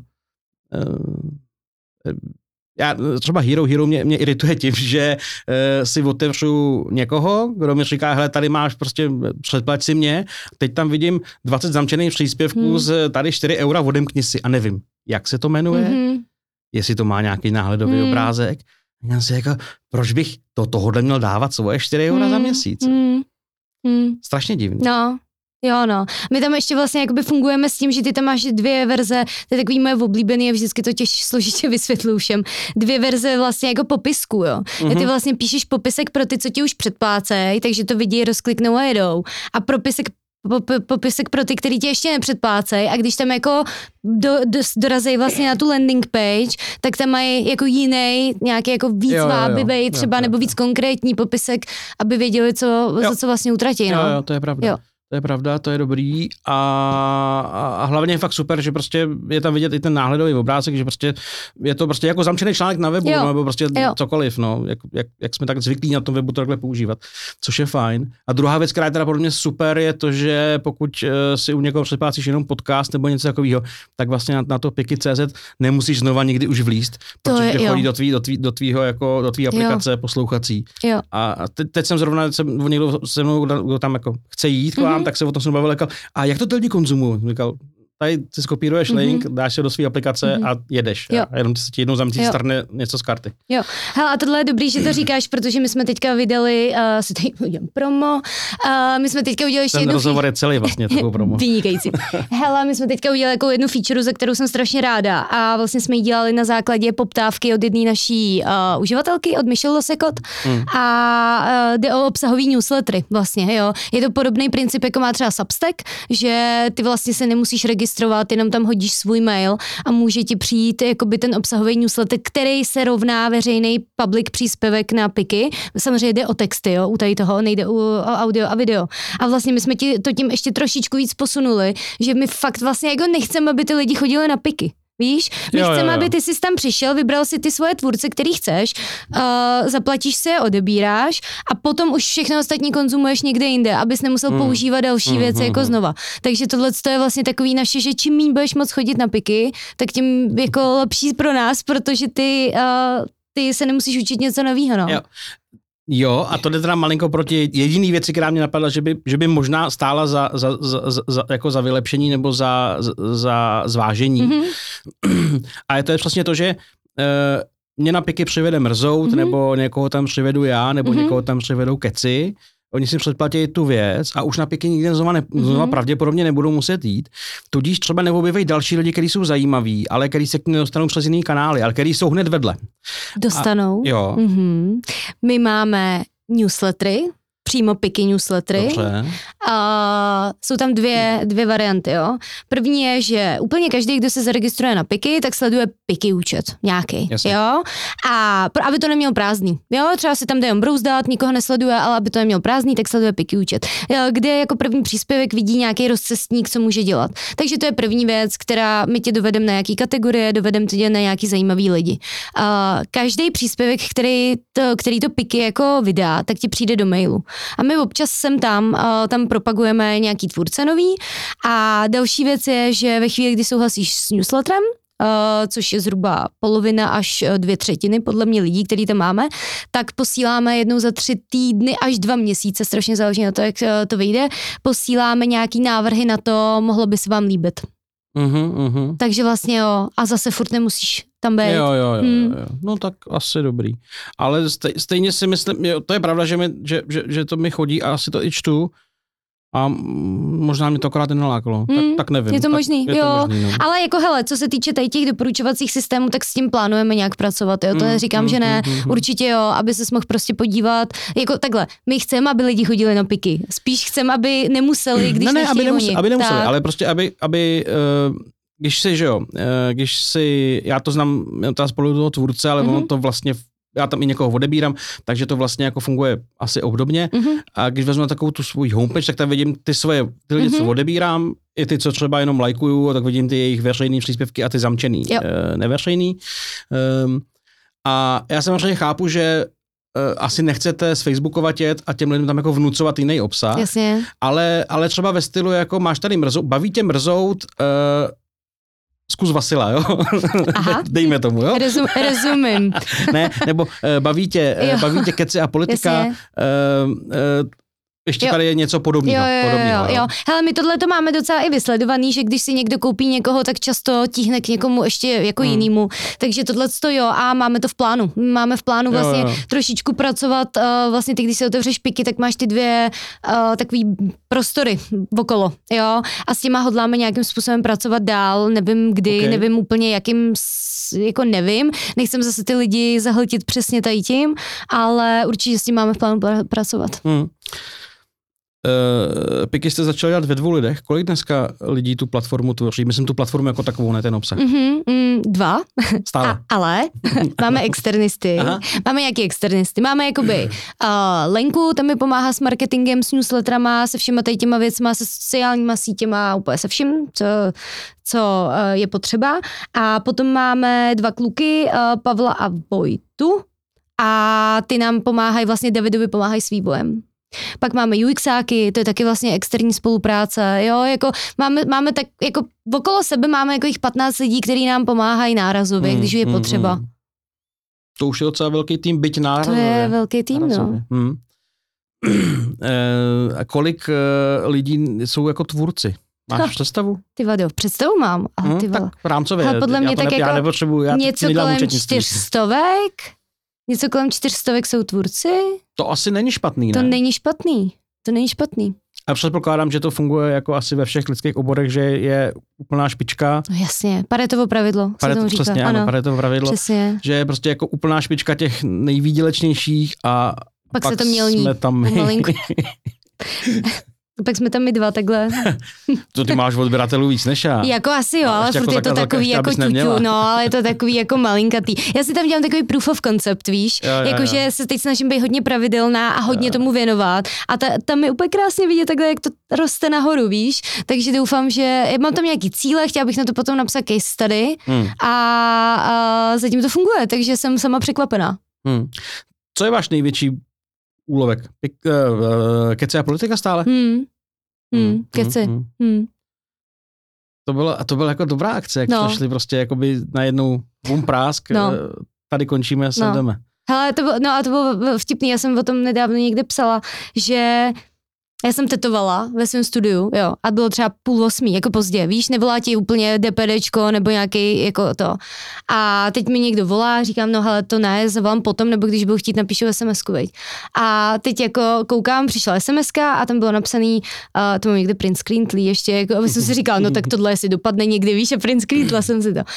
Uh, Já třeba Hero Hero mě, mě irituje tím, že uh, si otevřu někoho, kdo mi říká, hele, tady máš prostě, předplať si mě, teď tam vidím dvacet zamčených příspěvků hmm. z tady čtyři eura, odemkni si a nevím, jak se to jmenuje, hmm. jestli to má nějaký náhledový hmm. obrázek. Já si jako, proč bych do tohohle měl dávat svoje čtyři eura hmm. za měsíc? Hmm. Hmm. Strašně divný. No. Jo, no. My tam ještě vlastně jakoby fungujeme s tím, že ty tam máš dvě verze, to je takový moje oblíbený a vždycky to těž složitě vysvětluji všem. Dvě verze vlastně jako popisku, jo. Mm-hmm. Ty vlastně píšeš popisek pro ty, co ti už předplácejí, takže to vidí, rozkliknou a jedou. A propisek popisek pro ty, který tě ještě nepředplácejí a když tam jako do, do, dorazí vlastně na tu landing page, tak tam mají jako jiný, nějaký jako víc vábivej třeba, jo, jo, nebo víc konkrétní popisek, aby věděli, co, za co vlastně utratí. No? Jo, jo, to je pravda. Jo. To je pravda, to je dobrý a, a, a hlavně je fakt super, že prostě je tam vidět i ten náhledový obrázek, že prostě je to prostě jako zamčený článek na webu, no, nebo prostě jo. cokoliv, no, jak, jak, jak jsme tak zvyklí na tom webu to takhle používat, což je fajn. A druhá věc, která je teda podle mě super, je to, že pokud uh, si u někoho předplácíš jenom podcast nebo něco takového, tak vlastně na, na to piky tečka cé zet nemusíš znova nikdy už vlízt, protože je, chodí do tvý, do tvý, do tvýho jako, do tvý aplikace jo. poslouchací. Jo. A te, teď jsem zrovna, jsem, někdo se mnou, kdo tam jako chce jít, mm-hmm. tak se o tom jsem bavil, jako, a jak to ty lidi konzumují? Říkal, tady si skopíruješ mm-hmm. link, dáš se do své aplikace mm-hmm. a jedeš. Jo. A jenom se ti jednou za měsíc starne něco z karty. Jo. Hele, a tohle je dobrý, že to říkáš, protože my jsme teďka vydali, uh, si tady udělám promo, uh, my jsme teďka udělali ještě Ten jednu... Ten rozhovor je celý vlastně takovou promo. Vynikající. Hele, my jsme teďka udělali jako jednu feature, za kterou jsem strašně ráda a vlastně jsme ji dělali na základě poptávky od jedné naší uh, uživatelky, od Michelle Losekot hmm. a uh, jde o obsahový newslettery vlastně, jo. Je to podobný princip, jako má třeba Substack, že ty vlastně se nemusíš registrovat, jenom tam hodíš svůj mail a může ti přijít jakoby ten obsahový newsletter, který se rovná veřejný public příspěvek na piky. Samozřejmě jde o texty, jo, u tady toho, nejde o audio a video. A vlastně my jsme ti to tím ještě trošičku víc posunuli, že my fakt vlastně jako nechceme, aby ty lidi chodili na piky. Víš? My jo, chceme, jo, jo. aby ty jsi tam přišel, vybral si ty svoje tvůrce, který chceš, uh, zaplatíš si je, odebíráš a potom už všechno ostatní konzumuješ někde jinde, abys nemusel mm. používat další mm, věci mm, jako mm. znova. Takže tohle je vlastně takový naše, že čím méně budeš moc chodit na piky, tak tím jako lepší pro nás, protože ty, uh, ty se nemusíš učit něco nového. No. Jo. Jo, a to jde teda malinko proti jediný věci, která mě napadla, že by, že by možná stála za, za, za, za, jako za vylepšení nebo za, za zvážení. Mm-hmm. A je to je přesně to, že e, mě na piky přivede Mrzout, mm-hmm. nebo někoho tam přivedu já, nebo mm-hmm. někoho tam přivedou Keci. Oni si předplatí tu věc a už na piky nikdy znova, ne, mm-hmm. znova pravděpodobně nebudou muset jít. Tudíž třeba neobjeví další lidi, kteří jsou zajímaví, ale kteří se k ním dostanou přes jiný kanály, ale kteří jsou hned vedle. Dostanou? A, jo. Mm-hmm. My máme newslettery, přímo piky newslettery. Dobře. A jsou tam dvě, dvě varianty, jo. První je, že úplně každý, kdo se zaregistruje na piky, tak sleduje piky účet nějaký, jo. A aby to neměl prázdný, jo. Třeba si tam jde jen brouzdat, nikoho nesleduje, ale aby to neměl prázdný, tak sleduje piky účet. Kde jako první příspěvek vidí nějaký rozcestník, co může dělat. Takže to je první věc, která my tě dovedeme na nějaký kategorie, dovedeme tě na nějaký zajímavý lidi. A každý příspěvek, který to, který to piky jako vydá, tak ti přijde do mailu. A my občas sem tam, uh, tam propagujeme nějaký tvůrce nový. A další věc je, že ve chvíli, kdy souhlasíš s newsletterem, Uh, což je zhruba polovina až dvě třetiny podle mě lidí, který tam máme, tak posíláme jednou za tři týdny až dva měsíce, strašně záleží na to, jak uh, to vyjde, posíláme nějaký návrhy na to, mohlo by se vám líbit. Uh-huh, uh-huh. Takže vlastně jo, a zase furt nemusíš tam být. Jo, jo, jo, hmm. jo. No tak asi dobrý. Ale stej, stejně si myslím, jo, to je pravda, že, mi, že, že, že to mi chodí a asi to i čtu. A možná mě to akorát nenalákalo. Hmm, tak, tak nevím. Je to tak možný, je jo. To možný, no. Ale jako hele, co se týče tady těch doporučovacích systémů, tak s tím plánujeme nějak pracovat, jo. To hmm, říkám, hmm, že ne, hmm, hmm. určitě jo, aby se mohl prostě podívat. Jako takhle, my chceme, aby lidi chodili na piky. Spíš chceme, aby nemuseli, když ne, ne, aby, nemuseli, oni. aby nemuseli, tak. ale prostě, aby, aby uh, když si, že jo, uh, když si, já to znám, já to spolu toho tvůrce, ale mm-hmm. ono to vlastně já tam i někoho odebírám, takže to vlastně jako funguje asi obdobně. Mm-hmm. A když vezmu takovou tu svůj homepage, tak tam vidím ty svoje, ty lidi, mm-hmm. co odebírám, i ty, co třeba jenom lajkuju, tak vidím ty jejich veřejný příspěvky a ty zamčený, e, neveřejný. Um, a já samozřejmě chápu, že e, asi nechcete z Facebookovat jet a těm lidem tam jako vnucovat jiný obsah. Jasně. Ale, ale třeba ve stylu, jako máš tady mrzout, baví tě mrzout, e, zkus Vasila, jo? Aha. Dejme tomu, jo? Rezum, rezumím. Ne, nebo uh, baví tě, uh, baví tě keci a politika. Uh, uh, ještě jo. Tady je něco podobného. Jo, jo, podobného, jo, jo. Hele, my tohle to máme docela i vysledovaný, že když si někdo koupí někoho, tak často tíhne k někomu ještě jako hmm. jinému. Takže tohle to jo a máme to v plánu. Máme v plánu vlastně jo, jo. trošičku pracovat. Uh, vlastně ty, když si otevřeš piky, tak máš ty dvě uh, takový prostory okolo, jo. A s těma hodláme nějakým způsobem pracovat dál. Nevím kdy, okay. nevím úplně jakým, jako nevím. Nechcem zase ty lidi zahltit přesně tady tím, ale určitě s tím máme v plánu pracovat. Hmm. Uh, Piky jste začali dělat ve dvou lidech. Kolik dneska lidí tu platformu tvoří? Myslím tu platformu jako takovou, ne ten obsah. Mm-hmm, mm, dva. Stále. A, ale máme externisty. Aha. Máme nějaký externisty. Máme jakoby uh, Lenku, tam mi pomáhá s marketingem, s newsletterama, se všema tady těma věcma, se sociálníma sítěma, úplně se vším, co, co uh, je potřeba. A potom máme dva kluky, uh, Pavla a Vojtu. A ty nám pomáhají, vlastně Davidovi pomáhají s vývojem. Pak máme UXáky, to je taky vlastně externí spolupráce, jo, jako máme, máme tak, jako okolo sebe máme jako jich patnáct lidí, kteří nám pomáhají nárazově, hmm, když je hmm, potřeba. Hmm. To už je docela velký tým, byť nárazově. To je velký tým, nárazově. no. Hmm. A kolik lidí jsou jako tvůrci? Máš no, představu? Ty vado, představu mám. Ale ty hmm, tak rámcově, ale podle mě já to tak ne, jako já nepotřebuji, já něco kolem čtyřstovek, něco kolem čtyřstovek jsou tvůrci. To asi není špatný, ne? To není špatný, to není špatný. A předpokládám, že to funguje jako asi ve všech lidských oborech, že je úplná špička. No jasně, Paretovo pravidlo. Pareto, přesně, ano, ano, Paretovo pravidlo. Přesně. Že je prostě jako úplná špička těch nejvýdělečnějších a pak, pak se to mělní. jsme tam my. Pak jsme tam my dva takhle. To ty máš odběratelů víc než já. Jako asi jo, ale furt jako je to takový jako tuťu, no, ale je to takový jako malinkatý. Já si tam dělám takový proof of concept, víš, jakože se teď snažím být hodně pravidelná a hodně jo. tomu věnovat a ta, tam je úplně krásně vidět takhle, jak to roste nahoru, víš, takže doufám, že já mám tam nějaký cíle, chtěla bych na to potom napsat case study hmm. a, a zatím to funguje, takže jsem sama překvapená. Hmm. Co je váš největší úlovek? Pik, uh, uh, keci a politika stále? Hmm. Hmm. Keci. Hmm. Hmm. To byla, to byla jako dobrá akce, jak no. šli prostě jakoby najednou bum prásk, no. tady končíme a sem no. jdeme. Hele, to bylo, no a to bylo vtipný, já jsem o tom nedávno někde psala, že já jsem tetovala ve svém studiu, jo, a bylo třeba půl osmí, jako pozdě, víš, nevolá ti úplně DPDčko nebo nějaký, jako to. A teď mi někdo volá, říkám, no hele, to ne, zavolám potom, nebo když budu chtít, napíšu SMSku, veď. A teď jako koukám, přišla SMSka a tam bylo napsaný, uh, to mám někde print screen tlí ještě, jako, aby jsem si říkala, no tak tohle si dopadne někdy, víš, a print screen tla jsem si to.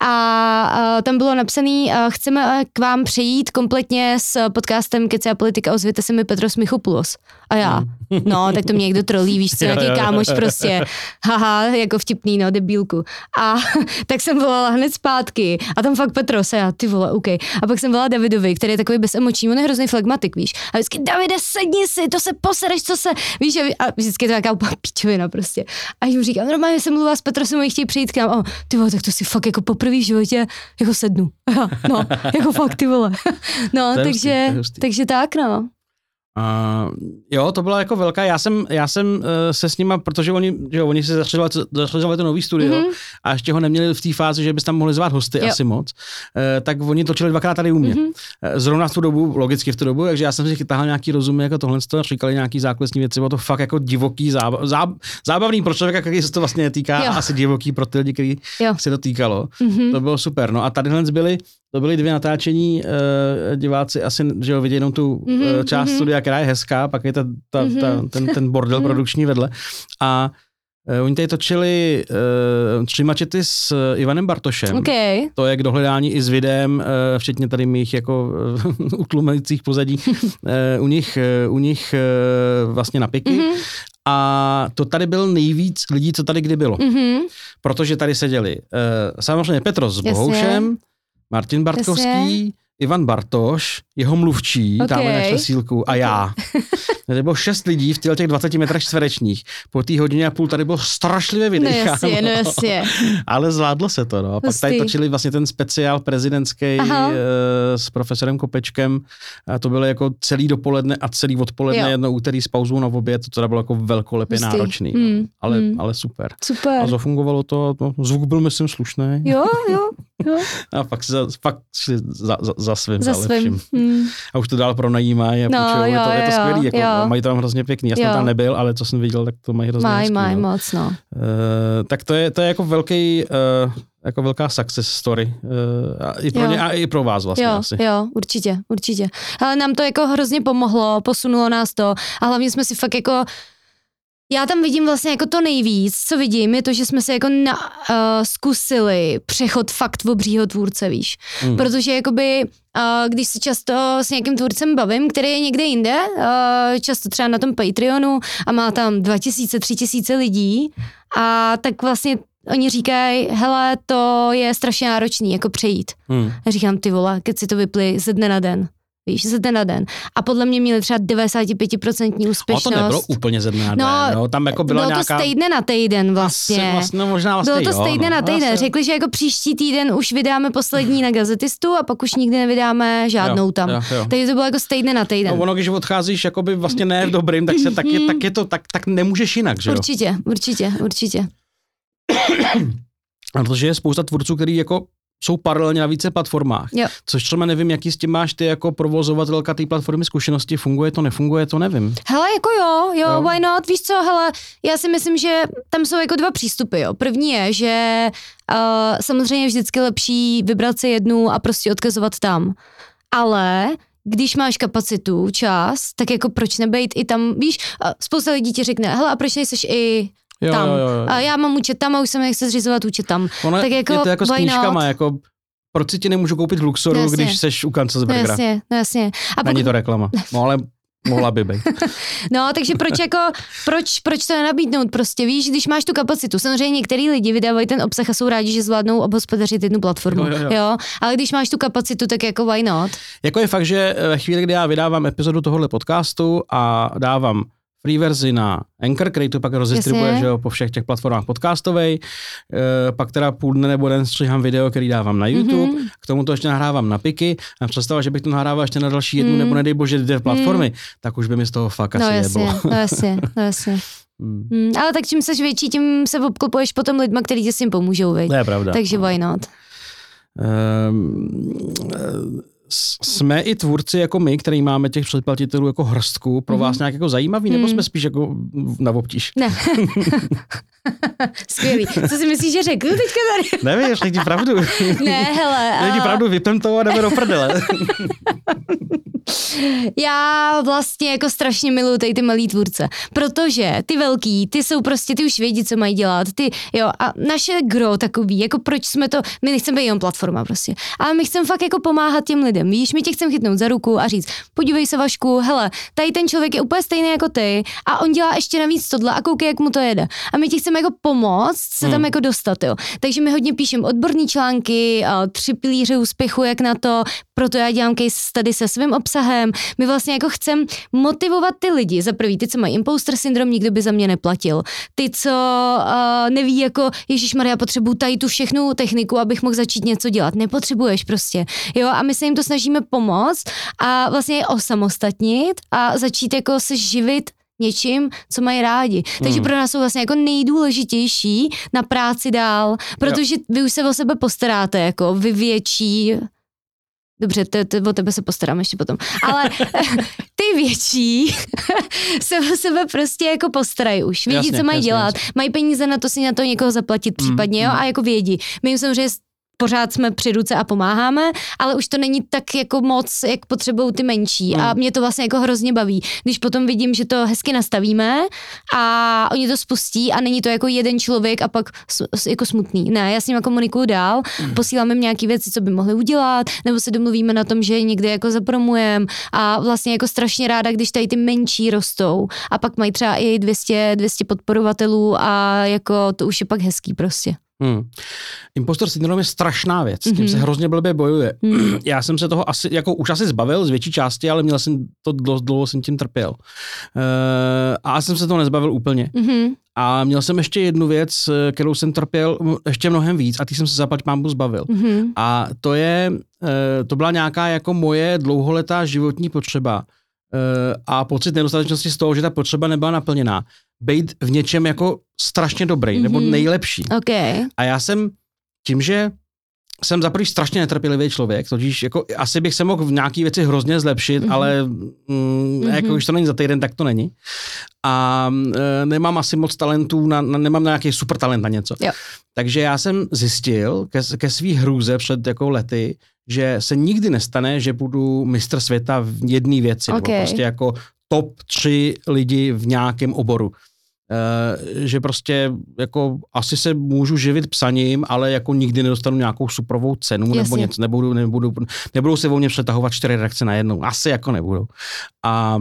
a, a tam bylo napsaný, a chceme k vám přejít kompletně s podcastem Keci a politika, ozvěte se mi Petros Michopoulos. A já, no, tak to mě někdo trolí, víš co, nějaký kámoš prostě, haha, jako vtipný, no, debílku. A tak jsem volala hned zpátky a tam fakt Petros a já, ty vole, OK. A pak jsem volala Davidovi, který je takový bezemoční, on je hrozný flegmatik, víš. A vždycky, Davide, sedni si, to se posereš, co se, víš, a vždycky to je taková pičovina prostě. A jim říkám, normálně jsem mluvila s Petrosem, oni chtějí přijít k nám, o, ty vole, tak to si fakt jako poprvé v životě jako sednu. No, jako fakt, ty vole. No, takže, hustý, takže tak, no. Uh, jo, to byla jako velká, já jsem, já jsem uh, se s nima, protože oni, že oni si zařizovali to nový studio mm-hmm. a ještě ho neměli v té fázi, že bys tam mohli zvát hosty jo. asi moc, uh, tak oni točili dvakrát tady u mě. Mm-hmm. Uh, zrovna v tu dobu, logicky v tu dobu, takže já jsem si chytal nějaký rozumy jako tohle, říkali nějaký zákulisní věci, bylo to fakt jako divoký, zábav, záb, zábavný pro člověka, který se to vlastně netýká, jo. asi divoký pro ty lidi, který jo. se to týkalo. Mm-hmm. To bylo super, no a tadyhle byli To byly dvě natáčení, uh, diváci asi, že jo, vidějí jenom tu mm-hmm, uh, část mm-hmm. studia, která je hezká, pak je ta, ta, mm-hmm. ta, ten, ten bordel mm-hmm. produkční vedle. A uh, oni tady točili uh, tři mačety s uh, Ivanem Bartošem. Okay. To je k dohledání i s videem, uh, včetně tady mých jako uh, utlumejících pozadí. uh, u nich, uh, u nich uh, vlastně na piky. Mm-hmm. A to tady byl nejvíc lidí, co tady kdy bylo. Mm-hmm. Protože tady seděli uh, samozřejmě Petros s Bohoušem, Jasně. Martin Bartkovský, Jasně. Ivan Bartoš, jeho mluvčí, okay. tamhle na křesílku a já. Tady bylo šest lidí v těch dvaceti metrech čtverečních. Po té hodině a půl tady bylo strašlivě vydecháno. No jasně, no jasně. Ale zvládlo se to, no. A pak tady točili vlastně ten speciál prezidentský e, s profesorem Kopečkem. A to bylo jako celý dopoledne a celý odpoledne, jo. jedno úterý s pauzou na oběd. To teda bylo jako velkolepě Hustý. náročný. Mm. No. Ale, mm. ale super. Super. A zafungovalo to, to, zvuk byl myslím slušný. Jo, jo. Jo. A pak si, pak si za, za, za svým, za za lepším. Hmm. A už to dál pronajímají a no, půjčují, je to, je to skvělý, jako, mají tam hrozně pěkný. Já jsem tam nebyl, ale co jsem viděl, tak to mají hrozně maj, hezký. Mají, no. moc, no. Uh, tak to je, to je jako velký, uh, jako velká success story. Uh, a i pro ně, a i pro vás vlastně jo, asi. Jo, určitě, určitě. Ale nám to jako hrozně pomohlo, posunulo nás to a hlavně jsme si fakt jako já tam vidím vlastně jako to nejvíc, co vidím, je to, že jsme se jako na, uh, zkusili přechod fakt obřího tvůrce, víš. Mm. Protože jakoby, uh, když se často s nějakým tvůrcem bavím, který je někde jinde, uh, často třeba na tom Patreonu a má tam dva tisíce, tři tisíce lidí a tak vlastně oni říkají, hele, to je strašně náročný, jako přejít. Mm. Já říkám, ty vole, keď si to vypli ze dne na den. Víš, ze dne na den. A podle mě měli třeba devadesát pět procent úspěšnost. Ale to nebylo úplně ze dne na den. No, no, tam jako byla bylo nějaká... to z týdne na týden vlastně. Asi vlastně, no, možná vlastně bylo to jo, z týdne no. na týden. Asi... Řekli, že jako příští týden už vydáme poslední na Gazetistu a pak už nikdy nevydáme žádnou jo, tam. Jo, jo. Takže to bylo jako z týdne na týden. No, ono, když odcházíš jakoby vlastně ne v dobrým, tak, se, tak, je, tak je to, tak, tak nemůžeš jinak, že jo? Určitě, určitě, určitě. A protože je spousta tvůrců, který jako jsou paralelně na více platformách. Jo. Což třeba nevím, jaký s tím máš ty jako provozovatelka té platformy zkušenosti, funguje to, nefunguje to, nevím. Hele, jako jo, jo, jo, why not, víš co, hele, já si myslím, že tam jsou jako dva přístupy, jo. První je, že uh, samozřejmě vždycky lepší vybrat si jednu a prostě odkazovat tam. Ale když máš kapacitu, čas, tak jako proč nebejt i tam, víš, spousta lidí ti řekne, hele, a proč nejseš i Jo, tam. Jo, jo, jo. A já mám účet tam a už jsem nechce zřizovat účet tam. Ono tak jako, je to jako s knížkama, jako proč si ti nemůžu koupit v Luxoru, no, když seš u Kancelbergera. Jasně, jasně. A Není pokud... to reklama, no ale mohla by být. No, takže proč jako, proč, proč to nenabídnout prostě, víš, když máš tu kapacitu. Samozřejmě některý lidi vydávají ten obsah a jsou rádi, že zvládnou obhospodařit jednu platformu, jo, jo, jo. jo, ale když máš tu kapacitu, tak jako why not? Jako je fakt, že ve chvíli, kdy já vydávám epizodu tohohle podcastu a dávám free verzi na Anchor, který to pak rozdistribuje, že jo, po všech těch platformách podcastovej, e, pak teda půl dne nebo den stříhám video, který dávám na YouTube, mm-hmm. k tomu to ještě nahrávám na Piky a představa, že bych to nahrával ještě na další jednu, mm. nebo nedej bože dvě platformy, mm. tak už by mi z toho fakt no asi jasně, jeblo. No jasně, no jasně. Mm. Mm, ale tak čím seš větší, tím se obklopuješ potom lidma, kteří ti s tím pomůžou, viď? To je pravda. Takže why not? Um, jsme i tvůrci jako my, který máme těch předplatitelů jako hrstku, pro vás mm. nějak jako zajímavý, mm. nebo jsme spíš jako na obtíž? Ne. Skvělý. Co si myslíš, že řekl teďka tady? Nevím, řekni ti pravdu. Ne, hele. Řekni ti pravdu, vypnem to a jdeme do prdele. Já vlastně jako strašně miluju tady ty malý tvůrce, protože ty velký, ty jsou prostě, ty už vědí, co mají dělat, ty, jo, a naše gro takový, jako proč jsme to, my nechceme být jenom platforma prostě, ale my chceme fakt jako pomáhat těm lidem, víš, my tě chceme chytnout za ruku a říct, podívej se Vašku, hele, tady ten člověk je úplně stejný jako ty a on dělá ještě navíc tohle a koukej, jak mu to jede. A my ti chceme jako pomoct se tam hmm. jako dostat, jo. Takže my hodně píšeme odborný články, tři pilíře úspěchu, jak na to, proto já dělám case study se svým obsahem. My vlastně jako chcem motivovat ty lidi, za prvý ty, co mají imposter syndrom, nikdo by za mě neplatil. Ty, co uh, neví jako, ježišmarja, potřebuju tady tu všechnu techniku, abych mohl začít něco dělat. Nepotřebuješ prostě. Jo, a my se jim to snažíme pomoct a vlastně je osamostatnit a začít jako se živit něčím, co mají rádi. Takže hmm. pro nás jsou vlastně jako nejdůležitější na práci dál, protože vy už se o sebe postaráte, jako vy větší. Dobře, to, to, o tebe se postarám ještě potom. Ale ty větší se o sebe prostě jako postarají už. Vědí, jasně, co mají jasně, dělat. Jasně. Mají peníze na to si na to někoho zaplatit případně, mm, jo, mm. a jako vědí. My jim samozřejmě pořád jsme při ruce a pomáháme, ale už to není tak jako moc, jak potřebují ty menší. Mm. A mě to vlastně jako hrozně baví. Když potom vidím, že to hezky nastavíme a oni to spustí a není to jako jeden člověk a pak jako smutný. Ne, já s nimi komunikuju dál, mm. posíláme jim nějaký věci, co by mohli udělat, nebo se domluvíme na tom, že někde jako zapromujeme a vlastně jako strašně ráda, když tady ty menší rostou a pak mají třeba i dvě stě, dvě stě podporovatelů a jako to už je pak hezký prostě. Hmm. Impostor syndrom je strašná věc, mm-hmm. tím se hrozně blbě bojuje. Mm. Já jsem se toho asi, jako už asi zbavil z větší části, ale měl jsem to dost dlouho, jsem tím trpěl. Uh, a jsem se toho nezbavil úplně. Mm-hmm. A měl jsem ještě jednu věc, kterou jsem trpěl ještě mnohem víc a ty jsem se zaplať pánbu zbavil. Mm-hmm. A to je, uh, to byla nějaká jako moje dlouholetá životní potřeba uh, a pocit nedostatečnosti z toho, že ta potřeba nebyla naplněná. Být v něčem jako strašně dobrý, mm-hmm. nebo nejlepší. Okay. A já jsem tím, že jsem za prvý strašně netrpělivý člověk, totiž jako asi bych se mohl v nějaký věci hrozně zlepšit, mm-hmm. ale mm, mm-hmm. jako když to není za týden, tak to není. A e, nemám asi moc talentů, na, na, nemám nějaký super talent na něco. Jo. Takže já jsem zjistil ke, ke svý hrůze před jako lety, že se nikdy nestane, že budu mistr světa v jedné věci, okay. nebo prostě jako top tři lidi v nějakém oboru. Uh, že prostě jako asi se můžu živit psaním, ale jako nikdy nedostanu nějakou suprovou cenu, jasně. nebo něco, nebudu, nebudu, nebudou se o mě přetahovat čtyři redakce najednou, asi jako nebudou. A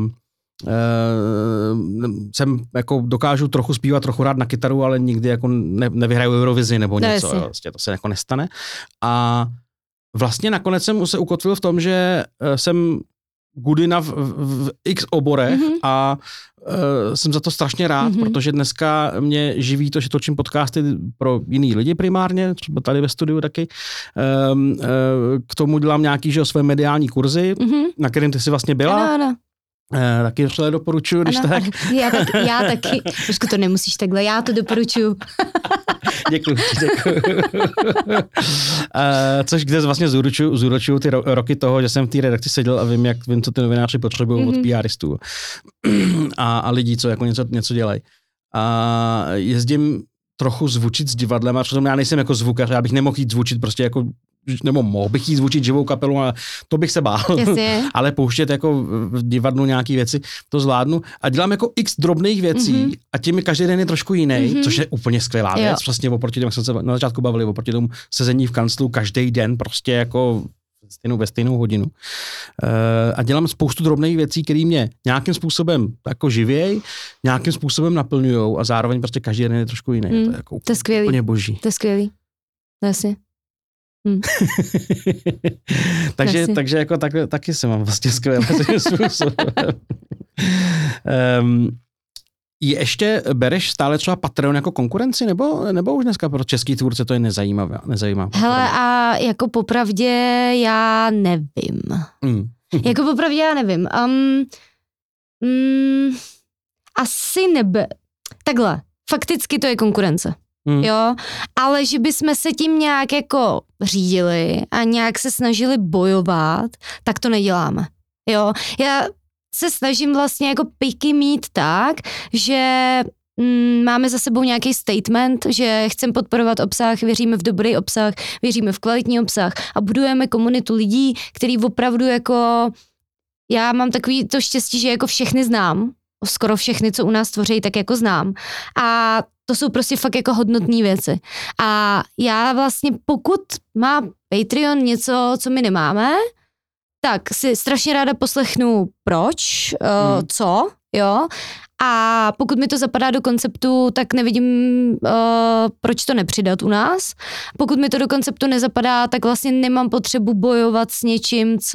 uh, jsem jako dokážu trochu zpívat, trochu rád na kytaru, ale nikdy jako ne, nevyhraju Eurovizi nebo něco, no, vlastně to se jako nestane. A vlastně nakonec jsem se ukotvil v tom, že jsem good enough v, v x oborech mm-hmm. a uh, jsem za to strašně rád, mm-hmm. protože dneska mě živí to, že točím podcasty pro jiný lidi primárně, třeba tady ve studiu taky. Um, uh, k tomu dělám nějaký, že své mediální kurzy, mm-hmm. na kterým ty jsi vlastně byla. Ano, ano. Uh, taky vřele doporučuju, když ano, tak. Já, tak. Já taky. Trošku to nemusíš takhle, já to doporučuju. Děkuju, děkuju. uh, což kde vlastně zúročuju, zúročuju ty ro- roky toho, že jsem v té redakci seděl a vím, jak vím, co ty novináři potřebují mm-hmm. od P Ristů a, a lidí, co jako něco, něco dělají. A jezdím trochu zvučit s divadlem, a přitom já nejsem jako zvukař, já bych nemohl jít zvučit prostě jako, nebo mohl bych jít zvučit živou kapelu, ale to bych se bál. Ale pouštět jako v divadlu nějaký věci, to zvládnu. A dělám jako x drobných věcí mm-hmm. a tím mi každý den je trošku jiný, mm-hmm. což je úplně skvělá věc. Vlastně oproti tomu, jak jsme se na začátku bavili, oproti tomu sezení v kanclu každý den prostě jako stejnou, ve stejnou hodinu. Uh, a dělám spoustu drobných věcí, které mě nějakým způsobem jako živěj, nějakým způsobem naplňujou a zároveň prostě každý den je trošku jiný. Mm, to je jako to je skvělý. Úplně boží. To je skvělý. Jasně. Hmm. takže, takže jako tak, taky se mám vlastně skvělé způsobem. um, ještě bereš stále třeba Patreon jako konkurenci, nebo, nebo už dneska pro český tvůrce to je nezajímavé? nezajímavé Hele, a jako popravdě já nevím. Mm. jako popravdě já nevím. Um, mm, asi nebe... Takhle, fakticky to je konkurence. Hmm. Jo, ale že bychom se tím nějak jako řídili a nějak se snažili bojovat, tak to neděláme. Jo, já se snažím vlastně jako piky mít tak, že mm, máme za sebou nějaký statement, že chceme podporovat obsah, věříme v dobrý obsah, věříme v kvalitní obsah a budujeme komunitu lidí, který opravdu jako já mám takový to štěstí, že jako všechny znám, skoro všechny, co u nás tvoří, tak jako znám. A to jsou prostě fakt jako hodnotné věci. A já vlastně, pokud má Patreon něco, co my nemáme, tak si strašně ráda poslechnu proč, uh, hmm. co, jo. A pokud mi to zapadá do konceptu, tak nevidím, uh, proč to nepřidat u nás. Pokud mi to do konceptu nezapadá, tak vlastně nemám potřebu bojovat s něčím, co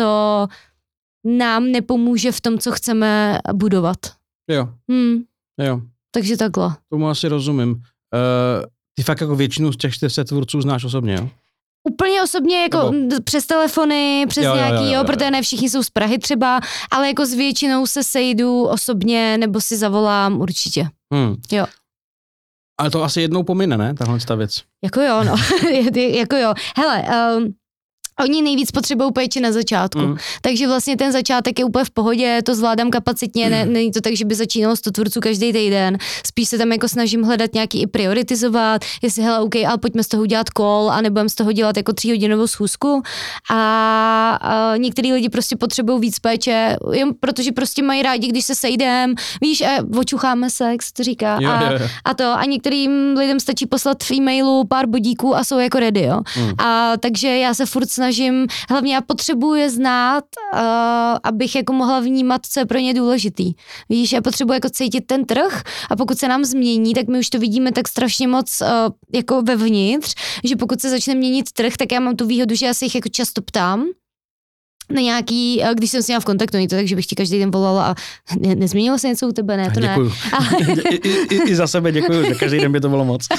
nám nepomůže v tom, co chceme budovat. Jo, hmm. jo. Takže takhle. Tomu asi rozumím. Uh, ty fakt jako většinu z těch čtyřset tvůrců znáš osobně, jo? Úplně osobně, jako Nebo... přes telefony, přes jo, nějaký, jo, jo, jo, jo, protože ne všichni jsou z Prahy třeba, ale jako s většinou se sejdu osobně, nebo si zavolám určitě. Hmm. Jo. Ale to asi jednou pomine, ne? Tahle ta věc. Jako jo, no. jako jo. Hele, um, oni nejvíc potřebují péči na začátku. Mm. Takže vlastně ten začátek je úplně v pohodě, to zvládám kapacitně, ne, není to tak, že by začínalo sto tvůrců každý týden. Spíš se tam jako snažím hledat nějaký i prioritizovat, jestli hele, OK, ale pojďme z toho dělat call a nebudeme z toho dělat jako tříhodinovou schůzku. A, a některý lidi prostě potřebují víc péče, jen protože prostě mají rádi, když se sejdem, víš, a očucháme se, jak se to říká. Jo, a, jo, jo. a to, a některým lidem stačí poslat v e-mailu pár bodíků a jsou jako ready, jo. Mm. A takže já se furt snažím, hlavně já potřebuji je znát, uh, abych jako mohla vnímat, co je pro ně důležitý. Víš, já potřebuji jako cítit ten trh a pokud se nám změní, tak my už to vidíme tak strašně moc uh, jako vevnitř, že pokud se začne měnit trh, tak já mám tu výhodu, že já se jich jako často ptám na nějaký, když jsem s ním v kontaktu, není to tak, že bych ti každý den volala a ne, nezměnilo se něco u tebe, ne, to děkuju. ne. I, i, I za sebe děkuju, že každý den by to bylo moc.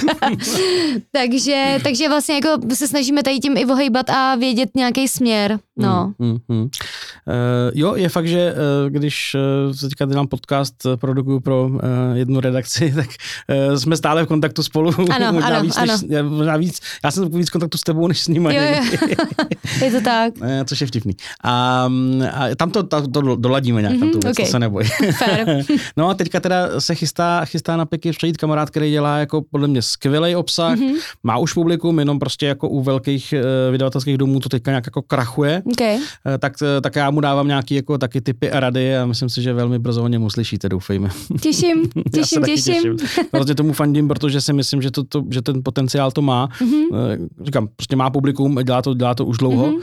takže, takže vlastně jako se snažíme tady tím i ohejbat a vědět nějaký směr, no. Hmm, hmm, hmm. Uh, jo, je fakt, že uh, když uh, teďka dělám podcast, produkuju pro uh, jednu redakci, tak uh, jsme stále v kontaktu spolu. Ano, možná ano, víc, ano. Než, možná víc, já jsem víc v kontaktu s tebou, než s nimi. Jo, jo. Je to tak. Uh, což je vtipný. A, a tam to, to, to doladíme nějak, mm-hmm, tam tu věc, okay. To se neboj. Fair. No a teďka teda se chystá, chystá na Piky přijít kamarád, který dělá jako podle mě skvělej obsah, mm-hmm. má už publikum, jenom prostě jako u velkých uh, vydavatelských domů to teďka nějak jako krachuje, okay. uh, tak, tak já mu dávám nějaký jako taky tipy a rady a myslím si, že velmi brzo o něm uslyšíte, doufejme. Těším, těším, těším. těším. Prostě tomu fandím, protože si myslím, že, to, to, že ten potenciál to má. Mm-hmm. Uh, říkám, prostě má publikum, dělá to, dělá to už dlouho. Mm-hmm.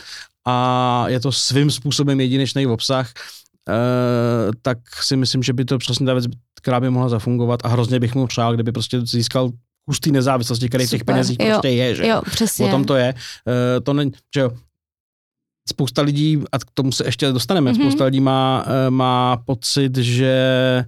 A je to svým způsobem jedinečný obsah, e, tak si myslím, že by to přesně ta věc, která by mohla zafungovat a hrozně bych mu přál, kdyby prostě získal kus té nezávislosti, který v těch penězích jo, prostě je, že jo, přesně. O tom to je. E, to ne, že jo, spousta lidí, a k tomu se ještě dostaneme, mm-hmm. spousta lidí má, má pocit, že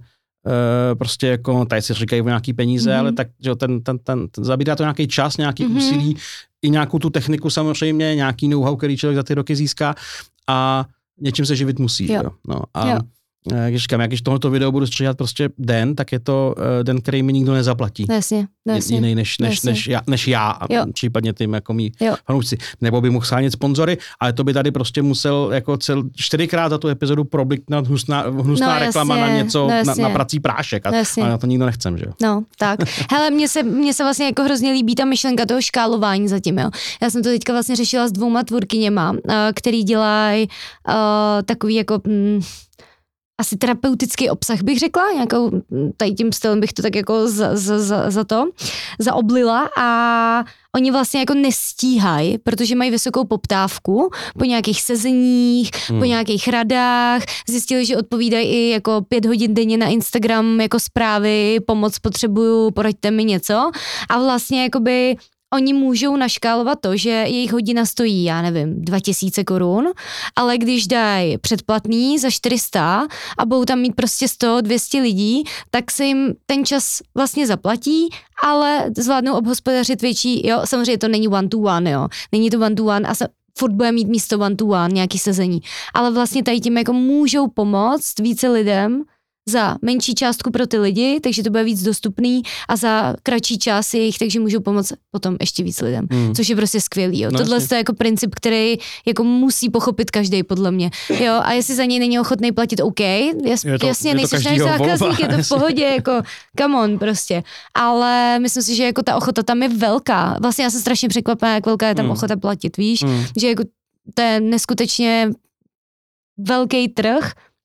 e, prostě jako, tady si říkají o nějaký peníze, mm-hmm. ale tak, že jo, ten, ten, ten, ten zabírá to nějaký čas, nějaký mm-hmm. úsilí, i nějakou tu techniku samozřejmě, nějaký know-how, který člověk za ty roky získá a něčím se živit musí. Jo. Jo? No, a jo. Když říkám, jak když tohoto video budu stříhat prostě den, tak je to den, který mi nikdo nezaplatí. Jasně, jasně. Jiný než, než, než, já, než já, a případně tím jako mý fanoušci. Nebo by mohl schánět sponzory, ale to by tady prostě musel jako cel, čtyřikrát za tu epizodu probliknout hnusná, hnusná no, reklama jasně, na něco, no, na, na prací prášek. A, a na to nikdo nechcem, že jo? No, tak. Hele, mně se, mně se vlastně jako hrozně líbí ta myšlenka toho škálování zatím, jo. Já jsem to teďka vlastně řešila s dvouma tvůrkyněma, který dělají uh, takový jako... Mm, asi terapeutický obsah bych řekla, nějakou, tady tím stylem bych to tak jako za, za, za, za to, zaoblila a oni vlastně jako nestíhají, protože mají vysokou poptávku po nějakých sezeních, hmm. po nějakých radách, zjistili, že odpovídají i jako pět hodin denně na Instagram jako zprávy, pomoc potřebuju, poraďte mi něco a vlastně jakoby oni můžou naškálovat to, že jejich hodina stojí, já nevím, dva tisíce korun, ale když dají předplatný za čtyři sta a budou tam mít prostě sto, dvě stě lidí, tak se jim ten čas vlastně zaplatí, ale zvládnou obhospodařit větší, jo, samozřejmě to není one to one, jo, není to one to one a se, furt bude mít místo one to one, nějaký sezení, ale vlastně tady tím jako můžou pomoct více lidem za menší částku pro ty lidi, takže to bude víc dostupný a za kratší čas jejich, takže můžou pomoct potom ještě víc lidem, mm. což je prostě skvělý. Jo. No, Tohle je jako princip, který jako musí pochopit každý podle mě. Jo, a jestli za něj není ochotný platit, OK, jas, je to, jasně, je nejsi náš zákazník, je to v pohodě, jako come on prostě. Ale myslím si, že jako ta ochota tam je velká. Vlastně já jsem strašně překvapená, jak velká je tam mm. ochota platit, víš, mm. že jako to je neskutečně velký trh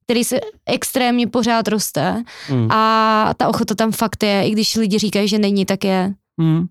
který se extrémně pořád roste mm. a ta ochota tam fakt je, i když lidi říkají, že není, tak je. Mm.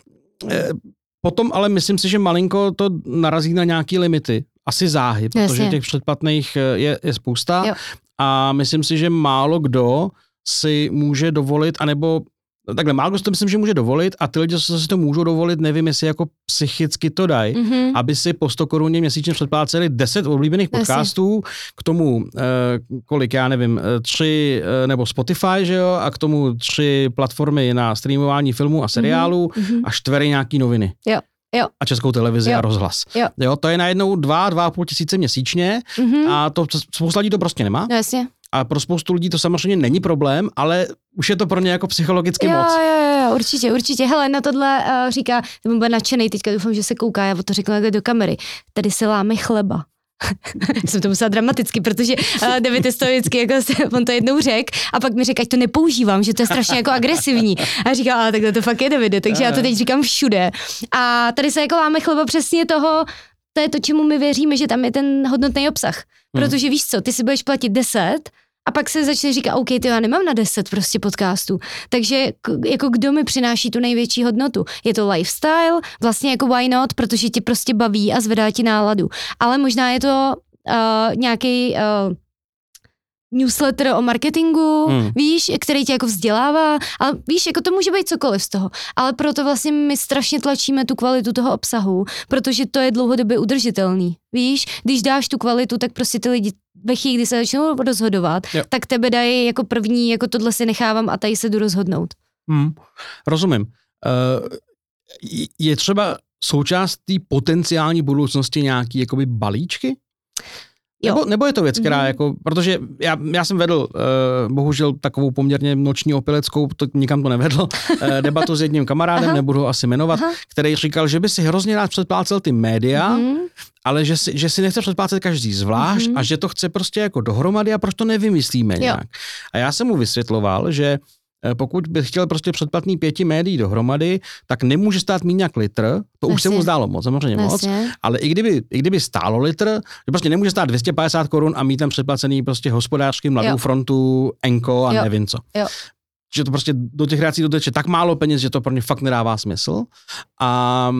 Potom ale myslím si, že malinko to narazí na nějaký limity. Asi záhy, protože Jasně. těch předplatných je, je spousta jo. a myslím si, že málo kdo si může dovolit, anebo takhle, málo kdo si to myslím, že může dovolit a ty lidi, co si to můžou dovolit, nevím, jestli jako psychicky to dají, mm-hmm. aby si po sto koruně měsíčně předpláceli deset oblíbených podcastů, k tomu eh, kolik, já nevím, tři eh, nebo Spotify, že jo, a k tomu tři platformy na streamování filmů a seriálů mm-hmm. a čtvery nějaký noviny. Jo. Jo. A Českou televizi jo. a rozhlas. Jo. jo, to je najednou dva, dva a půl tisíce měsíčně mm-hmm. a to spousta lidí to prostě nemá. No, jasně. A pro spoustu lidí to samozřejmě není problém, ale už je to pro ně jako psychologicky jo, moc. Jo, jo, určitě, určitě. Hele, na tohle uh, říká, to bude nadšenej, teďka doufám, že se kouká, já to řeknu do kamery. Tady se láme chleba. Jsem to musela dramaticky, protože uh, David je to vždycky, jako, on to jednou řekl a pak mi řekl, ať to nepoužívám, že to je strašně jako agresivní. A říkal, ale takhle to fakt je, Davide, takže já to teď říkám všude. A tady se jako láme chleba přesně toho, to je to, čemu my věříme, že tam je ten hodnotný obsah. Protože hmm. víš co, ty si budeš platit deset a pak se začne říkat, OK, ty já nemám na deset prostě podcastů. Takže jako kdo mi přináší tu největší hodnotu? Je to lifestyle? Vlastně jako why not? Protože tě prostě baví a zvedá ti náladu. Ale možná je to uh, nějaký uh, newsletter o marketingu, hmm. víš, který tě jako vzdělává, ale víš, jako to může být cokoliv z toho, ale proto vlastně my strašně tlačíme tu kvalitu toho obsahu, protože to je dlouhodobě udržitelný, víš, když dáš tu kvalitu, tak prostě ty lidi ve chvíli, kdy se začnou rozhodovat, jo. tak tebe dají jako první, jako tohle si nechávám a tady se jdu rozhodnout. Hmm. Rozumím. Uh, je třeba součást té potenciální budoucnosti nějaký jakoby balíčky? Nebo, nebo je to věc, která mm. jako, protože já, já jsem vedl, uh, bohužel takovou poměrně noční opileckou, to nikam to nevedlo, uh, debatu s jedním kamarádem, nebudu ho asi jmenovat, Aha. který říkal, že by si hrozně rád předplácel ty média, mm. ale že si, že si nechce předplácet každý zvlášť mm. a že to chce prostě jako dohromady a proč to nevymyslíme jo. nějak. A já jsem mu vysvětloval, že pokud bych chtěl prostě předplatný pěti médií dohromady, tak nemůže stát méně jak litr, to už se mu zdálo moc, samozřejmě moc, ale i kdyby, i kdyby stálo litr, že prostě nemůže stát dvě stě padesát korun a mít tam předplacený prostě Hospodářský, Mladou jo. frontu, Enko a jo. nevím co. Jo. Že to prostě do těch reakcí doteče tak málo peněz, že to pro ně fakt nedává smysl. A,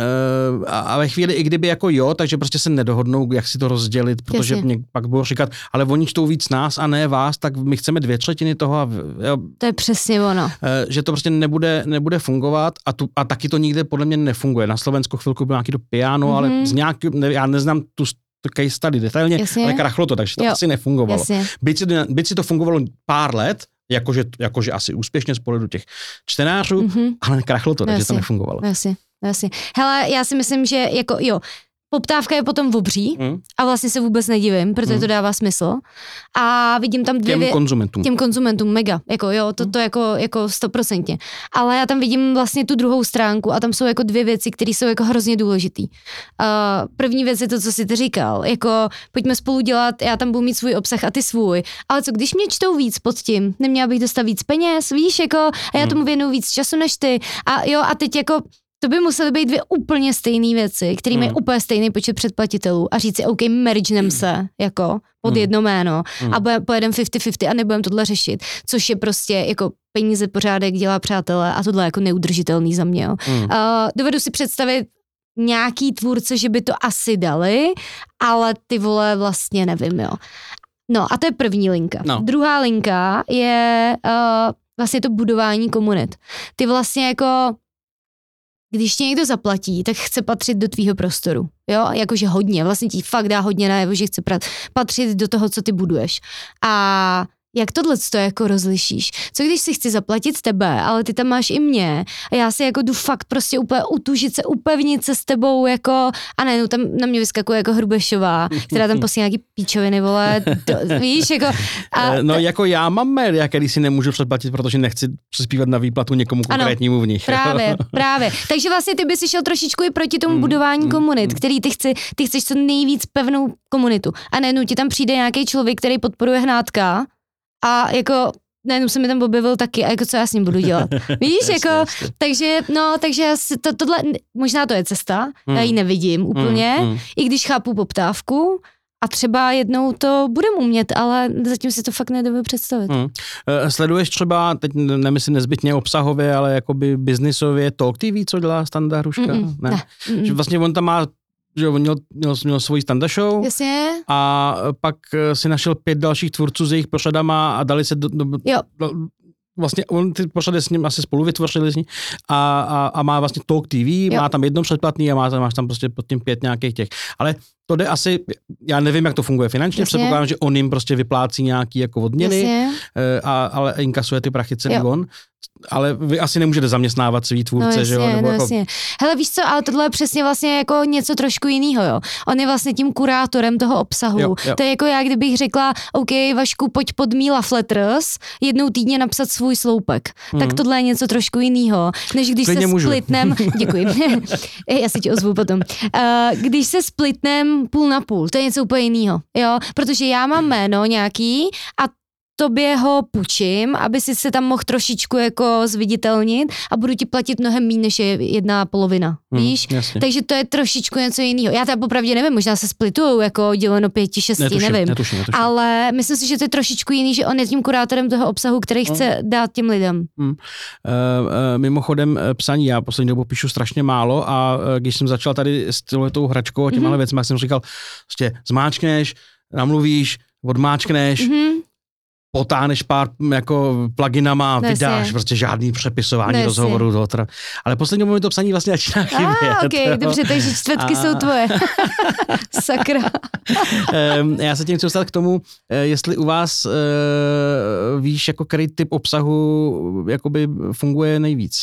a, a ve chvíli, i kdyby jako jo, takže prostě se nedohodnou, jak si to rozdělit, protože Jasně. mě pak budou říkat, ale oni čtou víc nás a ne vás, tak my chceme dvě třetiny toho. A, jo, to je přesně ono. Že to prostě nebude, nebude fungovat a, tu, a taky to nikde podle mě nefunguje. Na Slovensku chvilku byl nějaký to piano, mm-hmm. ale z nějaký, ne, já neznám tu case study detailně, Jasně. ale krachlo to, takže to jo. asi nefungovalo. Byť si, byť si to fungovalo pár let, Jakože, jakože asi úspěšně z pohledu těch čtenářů, mm-hmm. ale krachlo to, takže to nefungovalo. Jasně, jasně. Hele, já si myslím, že jako jo, poptávka je potom obří mm. a vlastně se vůbec nedivím, protože mm. to dává smysl. A vidím tam dvě... Těm konzumentům. Těm konzumentům, mega. Jako jo, to, to jako, jako stoprocentně. Ale já tam vidím vlastně tu druhou stránku a tam jsou jako dvě věci, které jsou jako hrozně důležitý. Uh, první věc je to, co jsi ty říkal. Jako pojďme spolu dělat, já tam budu mít svůj obsah a ty svůj. Ale co, když mě čtou víc pod tím, neměla bych dostat víc peněz, víš, jako a já mm. tomu věnuju víc času než ty. A jo, a teď jako to by musely být dvě úplně stejné věci, které mají mm. úplně stejný počet předplatitelů a říct si, OK, mergenem se, jako, pod mm. jedno jméno mm. a pojedeme padesát padesát a nebudeme tohle řešit, což je prostě jako peníze, pořádek, dělá přátelé a tohle jako neudržitelný za mě. Jo. Mm. Uh, dovedu si představit nějaký tvůrce, že by to asi dali, ale ty vole vlastně nevím, jo. No a to je první linka. No. Druhá linka je uh, vlastně to budování komunit. Ty vlastně jako když tě někdo zaplatí, tak chce patřit do tvýho prostoru. Jo, jakože hodně, vlastně ti fakt dá hodně najevo, že chce patřit do toho, co ty buduješ. A jak tohle to jako rozlišíš? Co když si chci zaplatit tebe, ale ty tam máš i mě a já si jako jdu fakt prostě úplně utužit se, upevnit se s tebou jako a ne, no tam na mě vyskakuje jako Hrubešová, která tam posílá nějaký píčoviny, vole, to, víš, jako. A no jako já mám média, který si nemůžu předplatit, protože nechci přispívat na výplatu někomu konkrétnímu v nich. Právě, právě. Takže vlastně ty bys šel trošičku i proti tomu budování komunit, který ty, chci, ty chceš co nejvíc pevnou komunitu. A ne, no ti tam přijde nějaký člověk, který podporuje Hnátka. A jako, najednou se mi tam objevil taky, a jako co já s ním budu dělat. Víš, jasně, jako, jasně. takže, no, takže to, tohle, možná to je cesta, mm. já ji nevidím úplně, mm, mm. i když chápu poptávku, A třeba jednou to budem umět, ale zatím si to fakt nedovedu představit. Hmm. Sleduješ třeba, teď nemyslím nezbytně obsahově, ale jakoby biznisově Talk T V, co dělá Standa Hruška? Mm-mm, ne. ne. Že vlastně on tam má, že on měl, měl, měl svoji Standa Show. Jasně. A pak si našel pět dalších tvůrců s jejich pořadama a dali se do, do, jo. do vlastně on ty pořady s ním asi spolu vytvořili s ním a, a, a má vlastně Talk T V, jo. Má tam jedno předplatný a má tam, máš tam prostě pod tím pět nějakých těch. Ale to jde asi, já nevím, jak to funguje finančně, Jasně. předpokládám, že on jim prostě vyplácí nějaký jako odměny, a, ale inkasuje ty prachy celý jo. on. Ale vy asi nemůžete zaměstnávat svý tvůrce, no jasně, že jo? Nebo no jako... jasně. Hele, víš co, ale tohle je přesně vlastně jako něco trošku jiného, jo. On je vlastně tím kurátorem toho obsahu. Jo, jo. To je jako já, kdybych řekla, OK, Vašku, pojď pod mý love letters, jednou týdně napsat svůj sloupek. Mm. Tak tohle je něco trošku jiného, než když Klidně se můžu. splitnem, děkuji, já si ti ozvu potom, uh, když se splitnem půl na půl, to je něco úplně jiného, jo, protože já mám jméno nějaký a tobě ho půjčím, aby si se tam mohl trošičku jako zviditelnit a budu ti platit mnohem méně, než je jedna polovina, hmm, víš? Jasně. Takže to je trošičku něco jiného. Já teda popravdě nevím, možná se splitujou jako děleno pěti, šesti, netuším, nevím. Netuším, netuším. Ale myslím si, že to je trošičku jiný, že on je tím kurátorem toho obsahu, který chce hmm. dát těm lidem. Hmm. Uh, uh, mimochodem psaní, já poslední dobu píšu strašně málo a uh, když jsem začal tady s tou hračkou a těmhle mm-hmm. věcmi, jsem říkal, prostě zmáčkneš, namluvíš, odmáčkneš, mm-hmm. potáhneš pár jako pluginama, Nesě. vydáš prostě žádný přepisování Nesě. rozhovorů. Tohoto. Ale poslední moment to psaní vlastně začíná chybět. Ah, ok, jo. Dobře, takže čtvrtky a... jsou tvoje. Sakra. Já se tím chci dostat k tomu, jestli u vás uh, víš, jako který typ obsahu jakoby funguje nejvíc.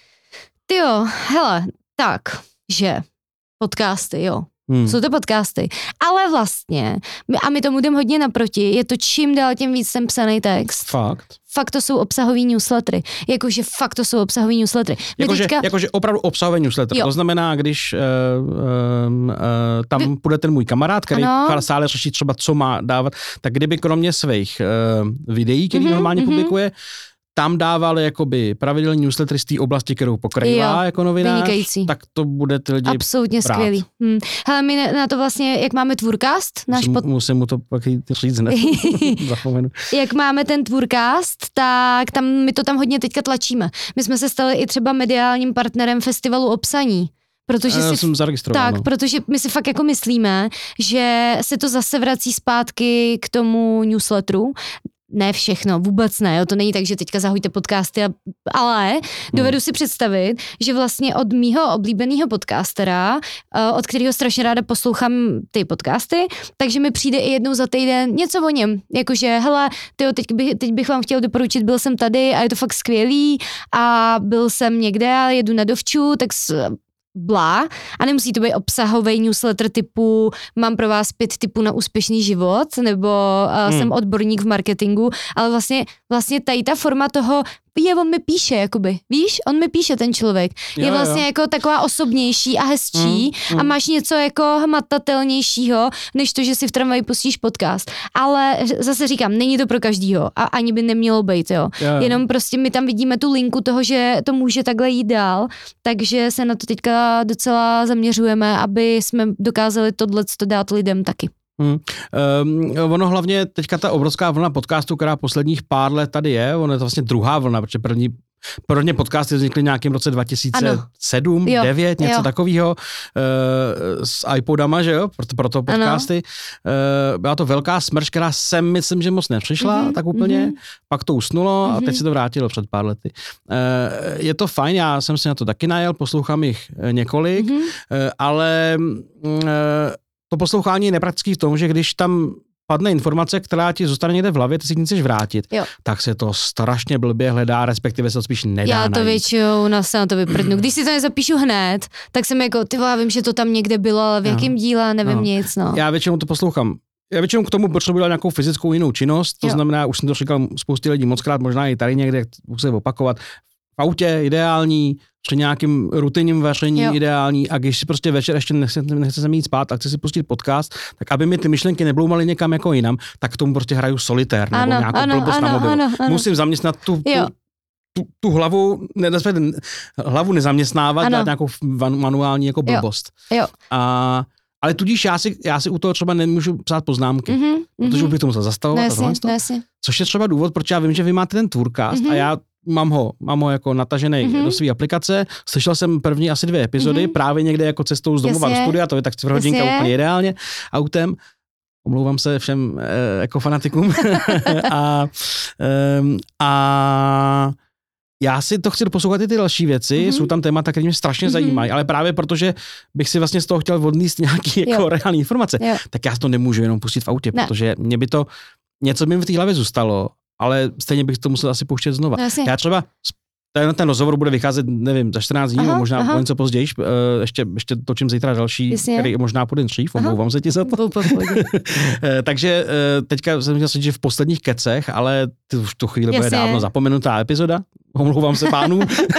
Tyjo, hele, tak, že podcasty, jo. Hmm. Jsou to podcasty. Ale vlastně, a my tomu jdeme hodně naproti, je to čím dál tím víc ten psaný text. Fakt? Fakt to jsou obsahový newslettery. Jakože fakt to jsou obsahový newslettery. Jakože teďka... jakože opravdu obsahový newsletter. Jo. To znamená, když uh, uh, uh, tam Vy... půjde ten můj kamarád, který stále řeší třeba, co má dávat, tak kdyby kromě svých uh, videí, který mm-hmm, normálně mm-hmm. publikuje, tam dávali jakoby pravidelný newslettery z té oblasti, kterou pokrývá jako novinář, vynikající. Tak to bude ty lidi absolutně brát. Skvělý. Hm. Hele, my na to vlastně, jak máme Tvůrcast, náš musím, pod... musím mu to pak říct hned, zapomenu. Jak máme ten Tvůrcast, tak tam, my to tam hodně teďka tlačíme. My jsme se stali i třeba mediálním partnerem festivalu o psaní. Protože Já si, jsem zaregistroval. Tak, no. protože my si fakt jako myslíme, že se to zase vrací zpátky k tomu newsletteru. Ne všechno, vůbec ne, jo, to není tak, že teďka zahojte podcasty, a, ale dovedu si představit, že vlastně od mýho oblíbeného podcastera, od kterého strašně ráda poslouchám ty podcasty, takže mi přijde i jednou za týden něco o něm, jakože hele, tyjo, teď, bych, teď bych vám chtěl doporučit, byl jsem tady a je to fakt skvělý a byl jsem někde a jedu na dovču, tak s, blá a nemusí to být obsahový newsletter typu mám pro vás pět tipů na úspěšný život nebo uh, hmm. jsem odborník v marketingu, ale vlastně, vlastně tady ta forma toho je, on mi píše, jakoby, víš, on mi píše ten člověk, jo, je vlastně jo. jako taková osobnější a hezčí hmm. a máš něco jako hmatatelnějšího, než to, že si v tramvaji pustíš podcast, ale zase říkám, není to pro každýho a ani by nemělo být, jo, jo. Jenom prostě my tam vidíme tu linku toho, že to může takhle jít dál, takže se na to teďka docela zaměřujeme, aby jsme dokázali tohleto dát lidem taky. Hmm. Um, ono hlavně teďka ta obrovská vlna podcastů, která posledních pár let tady je, ono je to vlastně druhá vlna, protože první Prvně podcasty vznikly v nějakém roce dva tisíce sedm, devět, něco jo. takového uh, s iPodama, že jo, proto, proto podcasty. Uh, byla to velká smrš, která sem myslím, že moc nepřišla mm-hmm, tak úplně, mm-hmm. pak to usnulo mm-hmm. a teď se to vrátilo před pár lety. Uh, je to fajn, já jsem si na to taky najel, poslouchám jich několik, mm-hmm. uh, ale uh, to poslouchání je nepraktický v tom, že když tam padne informace, která ti zůstane někde v hlavě, ty si ji chceš vrátit, jo. tak se to strašně blbě hledá, respektive se to spíš nedá Já to najít. většinou na se na to vyprdnu. Když si to nezapíšu hned, tak jsem jako, ty vole, vím, že to tam někde bylo, ale v jakém díle, nevím no. nic. No. Já většinou to poslouchám. Já většinou k tomu potřebuji dát nějakou fyzickou jinou činnost, to jo. znamená, už jsem to říkal spoustě lidí mockrát, možná i tady někde, už se opakovat, v autě ideální, při nějakým rutinním vaření jo. ideální a když si prostě večer ještě nechce, nechce se mít spát a chci si pustit podcast, tak aby mi ty myšlenky nebloumaly někam jako jinam, tak k tomu prostě hraju solitér nebo ano, nějakou ano, blbost ano, na mobilu. Ano, ano. Musím zaměstnat tu, tu, tu, tu hlavu, ne, hlavu nezaměstnávat, ano. dát nějakou manuální jako blbost. Jo. Jo. A Ale tudíž já si, já si u toho třeba nemůžu psát poznámky, mm-hmm. protože bych to musel zastavovat. Nesli, nesli. Což je třeba důvod, proč já vím, že vy máte ten Tourcast mm-hmm. a já mám ho, mám ho jako natažený mm-hmm. do své aplikace. Slyšel jsem první asi dvě epizody, mm-hmm. právě někde jako cestou z domova do studia, to je tak čtvrthodinka úplně ideálně autem. Omlouvám se všem e, jako fanatikům. a, e, a já si to chci poslouchat i ty další věci, mm-hmm. jsou tam témata, které mě strašně mm-hmm. zajímají, ale právě protože bych si vlastně z toho chtěl odníst nějaký jako reální informace, jo. tak já to nemůžu jenom pustit v autě, ne. protože mě by to, něco by mi v té hlavě zůstalo, ale stejně bych to musel asi pouštět znova. Asi. Já třeba, ten, ten rozhovor bude vycházet, nevím, za čtrnáct dní, aha, možná aha. něco později, ještě, ještě točím zítra další, Jasně. který možná půjde dřív, omlouvám se ti za to. Takže teďka jsem měl říct, že v posledních kecech, ale ty už tu chvíli bude dávno zapomenutá epizoda, omlouvám se pánů,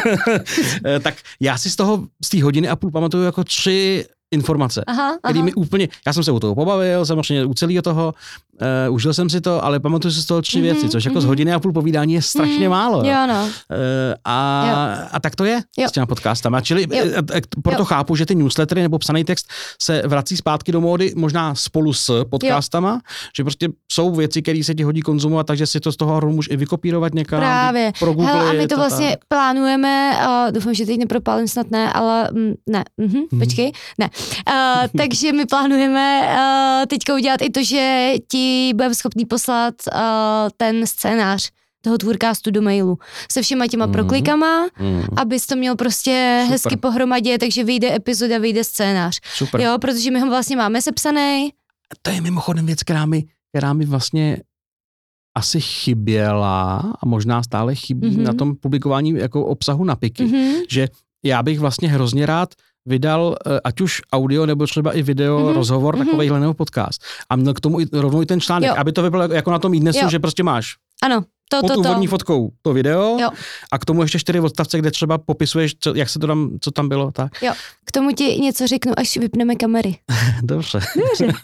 tak já si z toho, z té hodiny a půl pamatuju jako tři informace, aha, který aha. mi úplně, já jsem se u toho pobavil, samozřejmě u celého toho, uh, užil jsem si to, ale pamatuju si z toho tři mm-hmm, věci, což jako mm-hmm. z hodiny a půl povídání je strašně mm-hmm. málo. Jo, no. Uh, a, jo. a tak to je jo. s těma podcastama. Čili jo. proto jo. chápu, že ty newslettery nebo psaný text se vrací zpátky do módy možná spolu s podcastama, jo. že prostě jsou věci, které se ti hodí konzumovat, takže si to z toho můžeš i vykopírovat někam. Právě. Hele, a my to vlastně tak. plánujeme, uh, doufám, že teď nepropálím, snad ne, ale mm, ne, mhm, mm-hmm. počkej, ne. Uh, takže my plánujeme uh, teďka udělat i to, že ti budeme schopný poslat uh, ten scénář toho Tourcastu do mailu se všema těma mm. proklikama, mm. abys to měl prostě Super. hezky pohromadě, takže vyjde epizoda, vyjde scénář. Super. Jo, protože my ho vlastně máme sepsaný. To je mimochodem věc, která mi, která mi vlastně asi chyběla a možná stále chybí mm-hmm. na tom publikování jako obsahu na Piky, mm-hmm. že já bych vlastně hrozně rád vydal ať už audio nebo třeba i video, mm-hmm. rozhovor, mm-hmm. takovejhle nebo podcast. A měl k tomu i, rovnou i ten článek, jo. aby to vypadalo jako na tom iDnesu, že prostě máš ano, to, pod to, úvodní to. fotkou to video jo. a k tomu ještě čtyři odstavce, kde třeba popisuješ, co, jak se to tam, co tam bylo. Tak. Jo, k tomu ti něco řeknu, až vypneme kamery. Dobře. Dobře.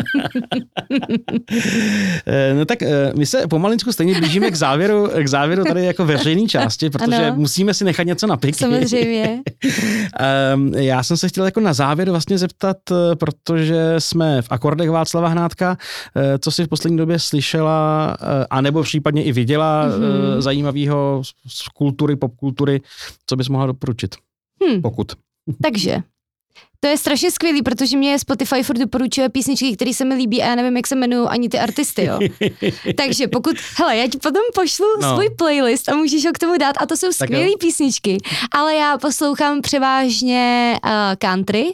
No tak my se pomaličku stejně blížíme k závěru, k závěru tady jako veřejné části, protože ano. musíme si nechat něco na Piky. Samozřejmě. Já jsem se chtěl jako na závěr vlastně zeptat, protože jsme v akordech Václava Hnátka, co jsi v poslední době slyšela, anebo případně i viděla mm-hmm. zajímavého z kultury, popkultury, co bys mohla doporučit, hmm. pokud. Takže, to je strašně skvělý, protože mě Spotify furt doporučuje písničky, které se mi líbí a já nevím, jak se jmenují ani ty artisty, jo. Takže pokud, hele, já ti potom pošlu no. svůj playlist a můžeš ho k tomu dát a to jsou skvělý písničky, ale já poslouchám převážně uh, country,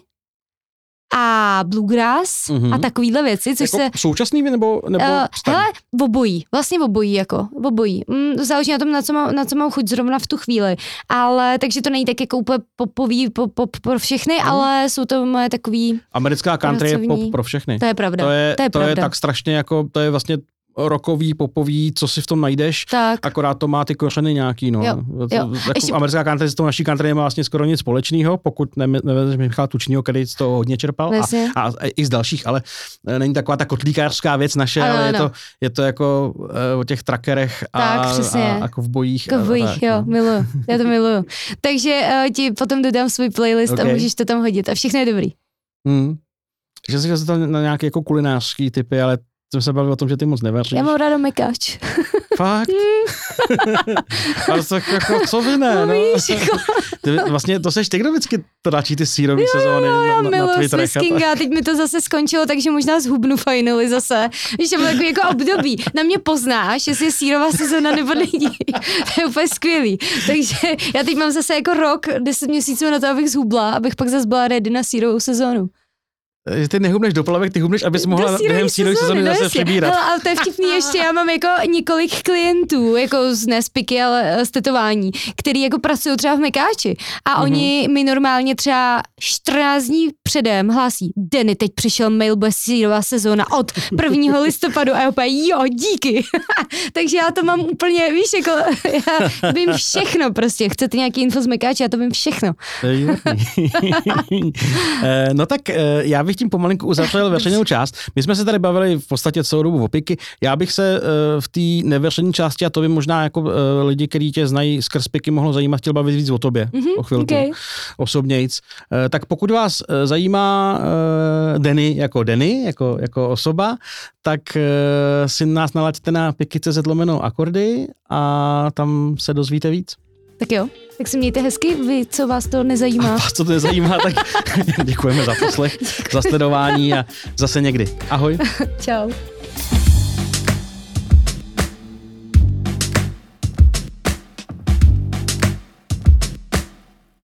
a bluegrass mm-hmm. a takovýhle věci, což jako se... současný nebo, nebo uh, hele, obojí, vlastně obojí, jako, obojí. Mm, záleží na tom, na co, mám, na co mám chuť zrovna v tu chvíli, ale takže to není tak jako úplně popový pop, pop pro všechny, mm. ale jsou to moje takový... Americká country pracovní. Je pop pro všechny. To je pravda, to je, to je, to pravda. je tak strašně jako, to je vlastně rokový, popový, co si v tom najdeš, tak. akorát to má ty kořeny nějaký, no. Jo, jo. Jako Ještě... Americká country s tou naší country nemá vlastně skoro nic společného, pokud nevezmeš Michala Tučnýho, který z toho hodně čerpal a, a, a i z dalších, ale není taková ta kotlíkářská věc naše, ano, ale ano. Je, to, je to jako uh, o těch trackerech a, tak, a, a kovbojích. Kovbojích, jo, no. miluju, já to miluju. Takže uh, ti potom dodám svůj playlist okay. a můžeš to tam hodit a všechno je dobrý. Hmm. Takže si chtěl na nějaké jako kulinářský typy, ale jsem se bavil o tom, že ty moc nevaříš. Já mám ráda mekáč. Fakt? Ale to jako, co vy ne, no? Víš, jako... ty, vlastně to seš ty, kdo vždycky tlačí ty sírový jo, sezóny jo, na, na, na Twitterech. Já miluji Swiskinga, teď mi to zase skončilo, takže možná zhubnu finally zase. Víš, to bylo jako, jako období. Na mě poznáš, jestli je sírová sezóna nebo není. To je úplně skvělý. Takže já teď mám zase jako rok, deset měsíců na to, abych zhubla, abych pak zase byla ready na sírovou sezónu. Že ty nehubneš do polavek, ty hubneš, abys mohla během sírový sezóny zase no přibírat. Hele, ale to je vtipný ještě, já mám jako několik klientů, jako z nespiky, ale z tetování, který jako pracují třeba v mekáči a mm-hmm. oni mi normálně třeba čtrnáct dní předem hlásí, Denny, teď přišel mail, bude sírová sezóna od prvního listopadu a já opět, jo, díky. Takže já to mám úplně, víš, jako já vím všechno prostě, chcete nějaký info z mekáče, já to vím všechno. No tak já bych bych tím pomalinku uzavřel veřejnou část. My jsme se tady bavili v podstatě celou dobu o piky. Já bych se uh, v té neveřejné části, a to by možná jako uh, lidi, kteří tě znají skrz piky, mohlo zajímat, chtěl bavit víc o tobě mm-hmm, o chvilku, okay. osobnějc. Uh, tak pokud vás uh, zajímá uh, Denny jako Denny, jako, jako osoba, tak uh, si nás nalaďte na piky tečka cz lomeno akordy a tam se dozvíte víc. Tak jo, tak si mějte hezky, vy, co vás to nezajímá. A vás co to nezajímá, tak děkujeme za poslech, za sledování a zase někdy. Ahoj. Čau.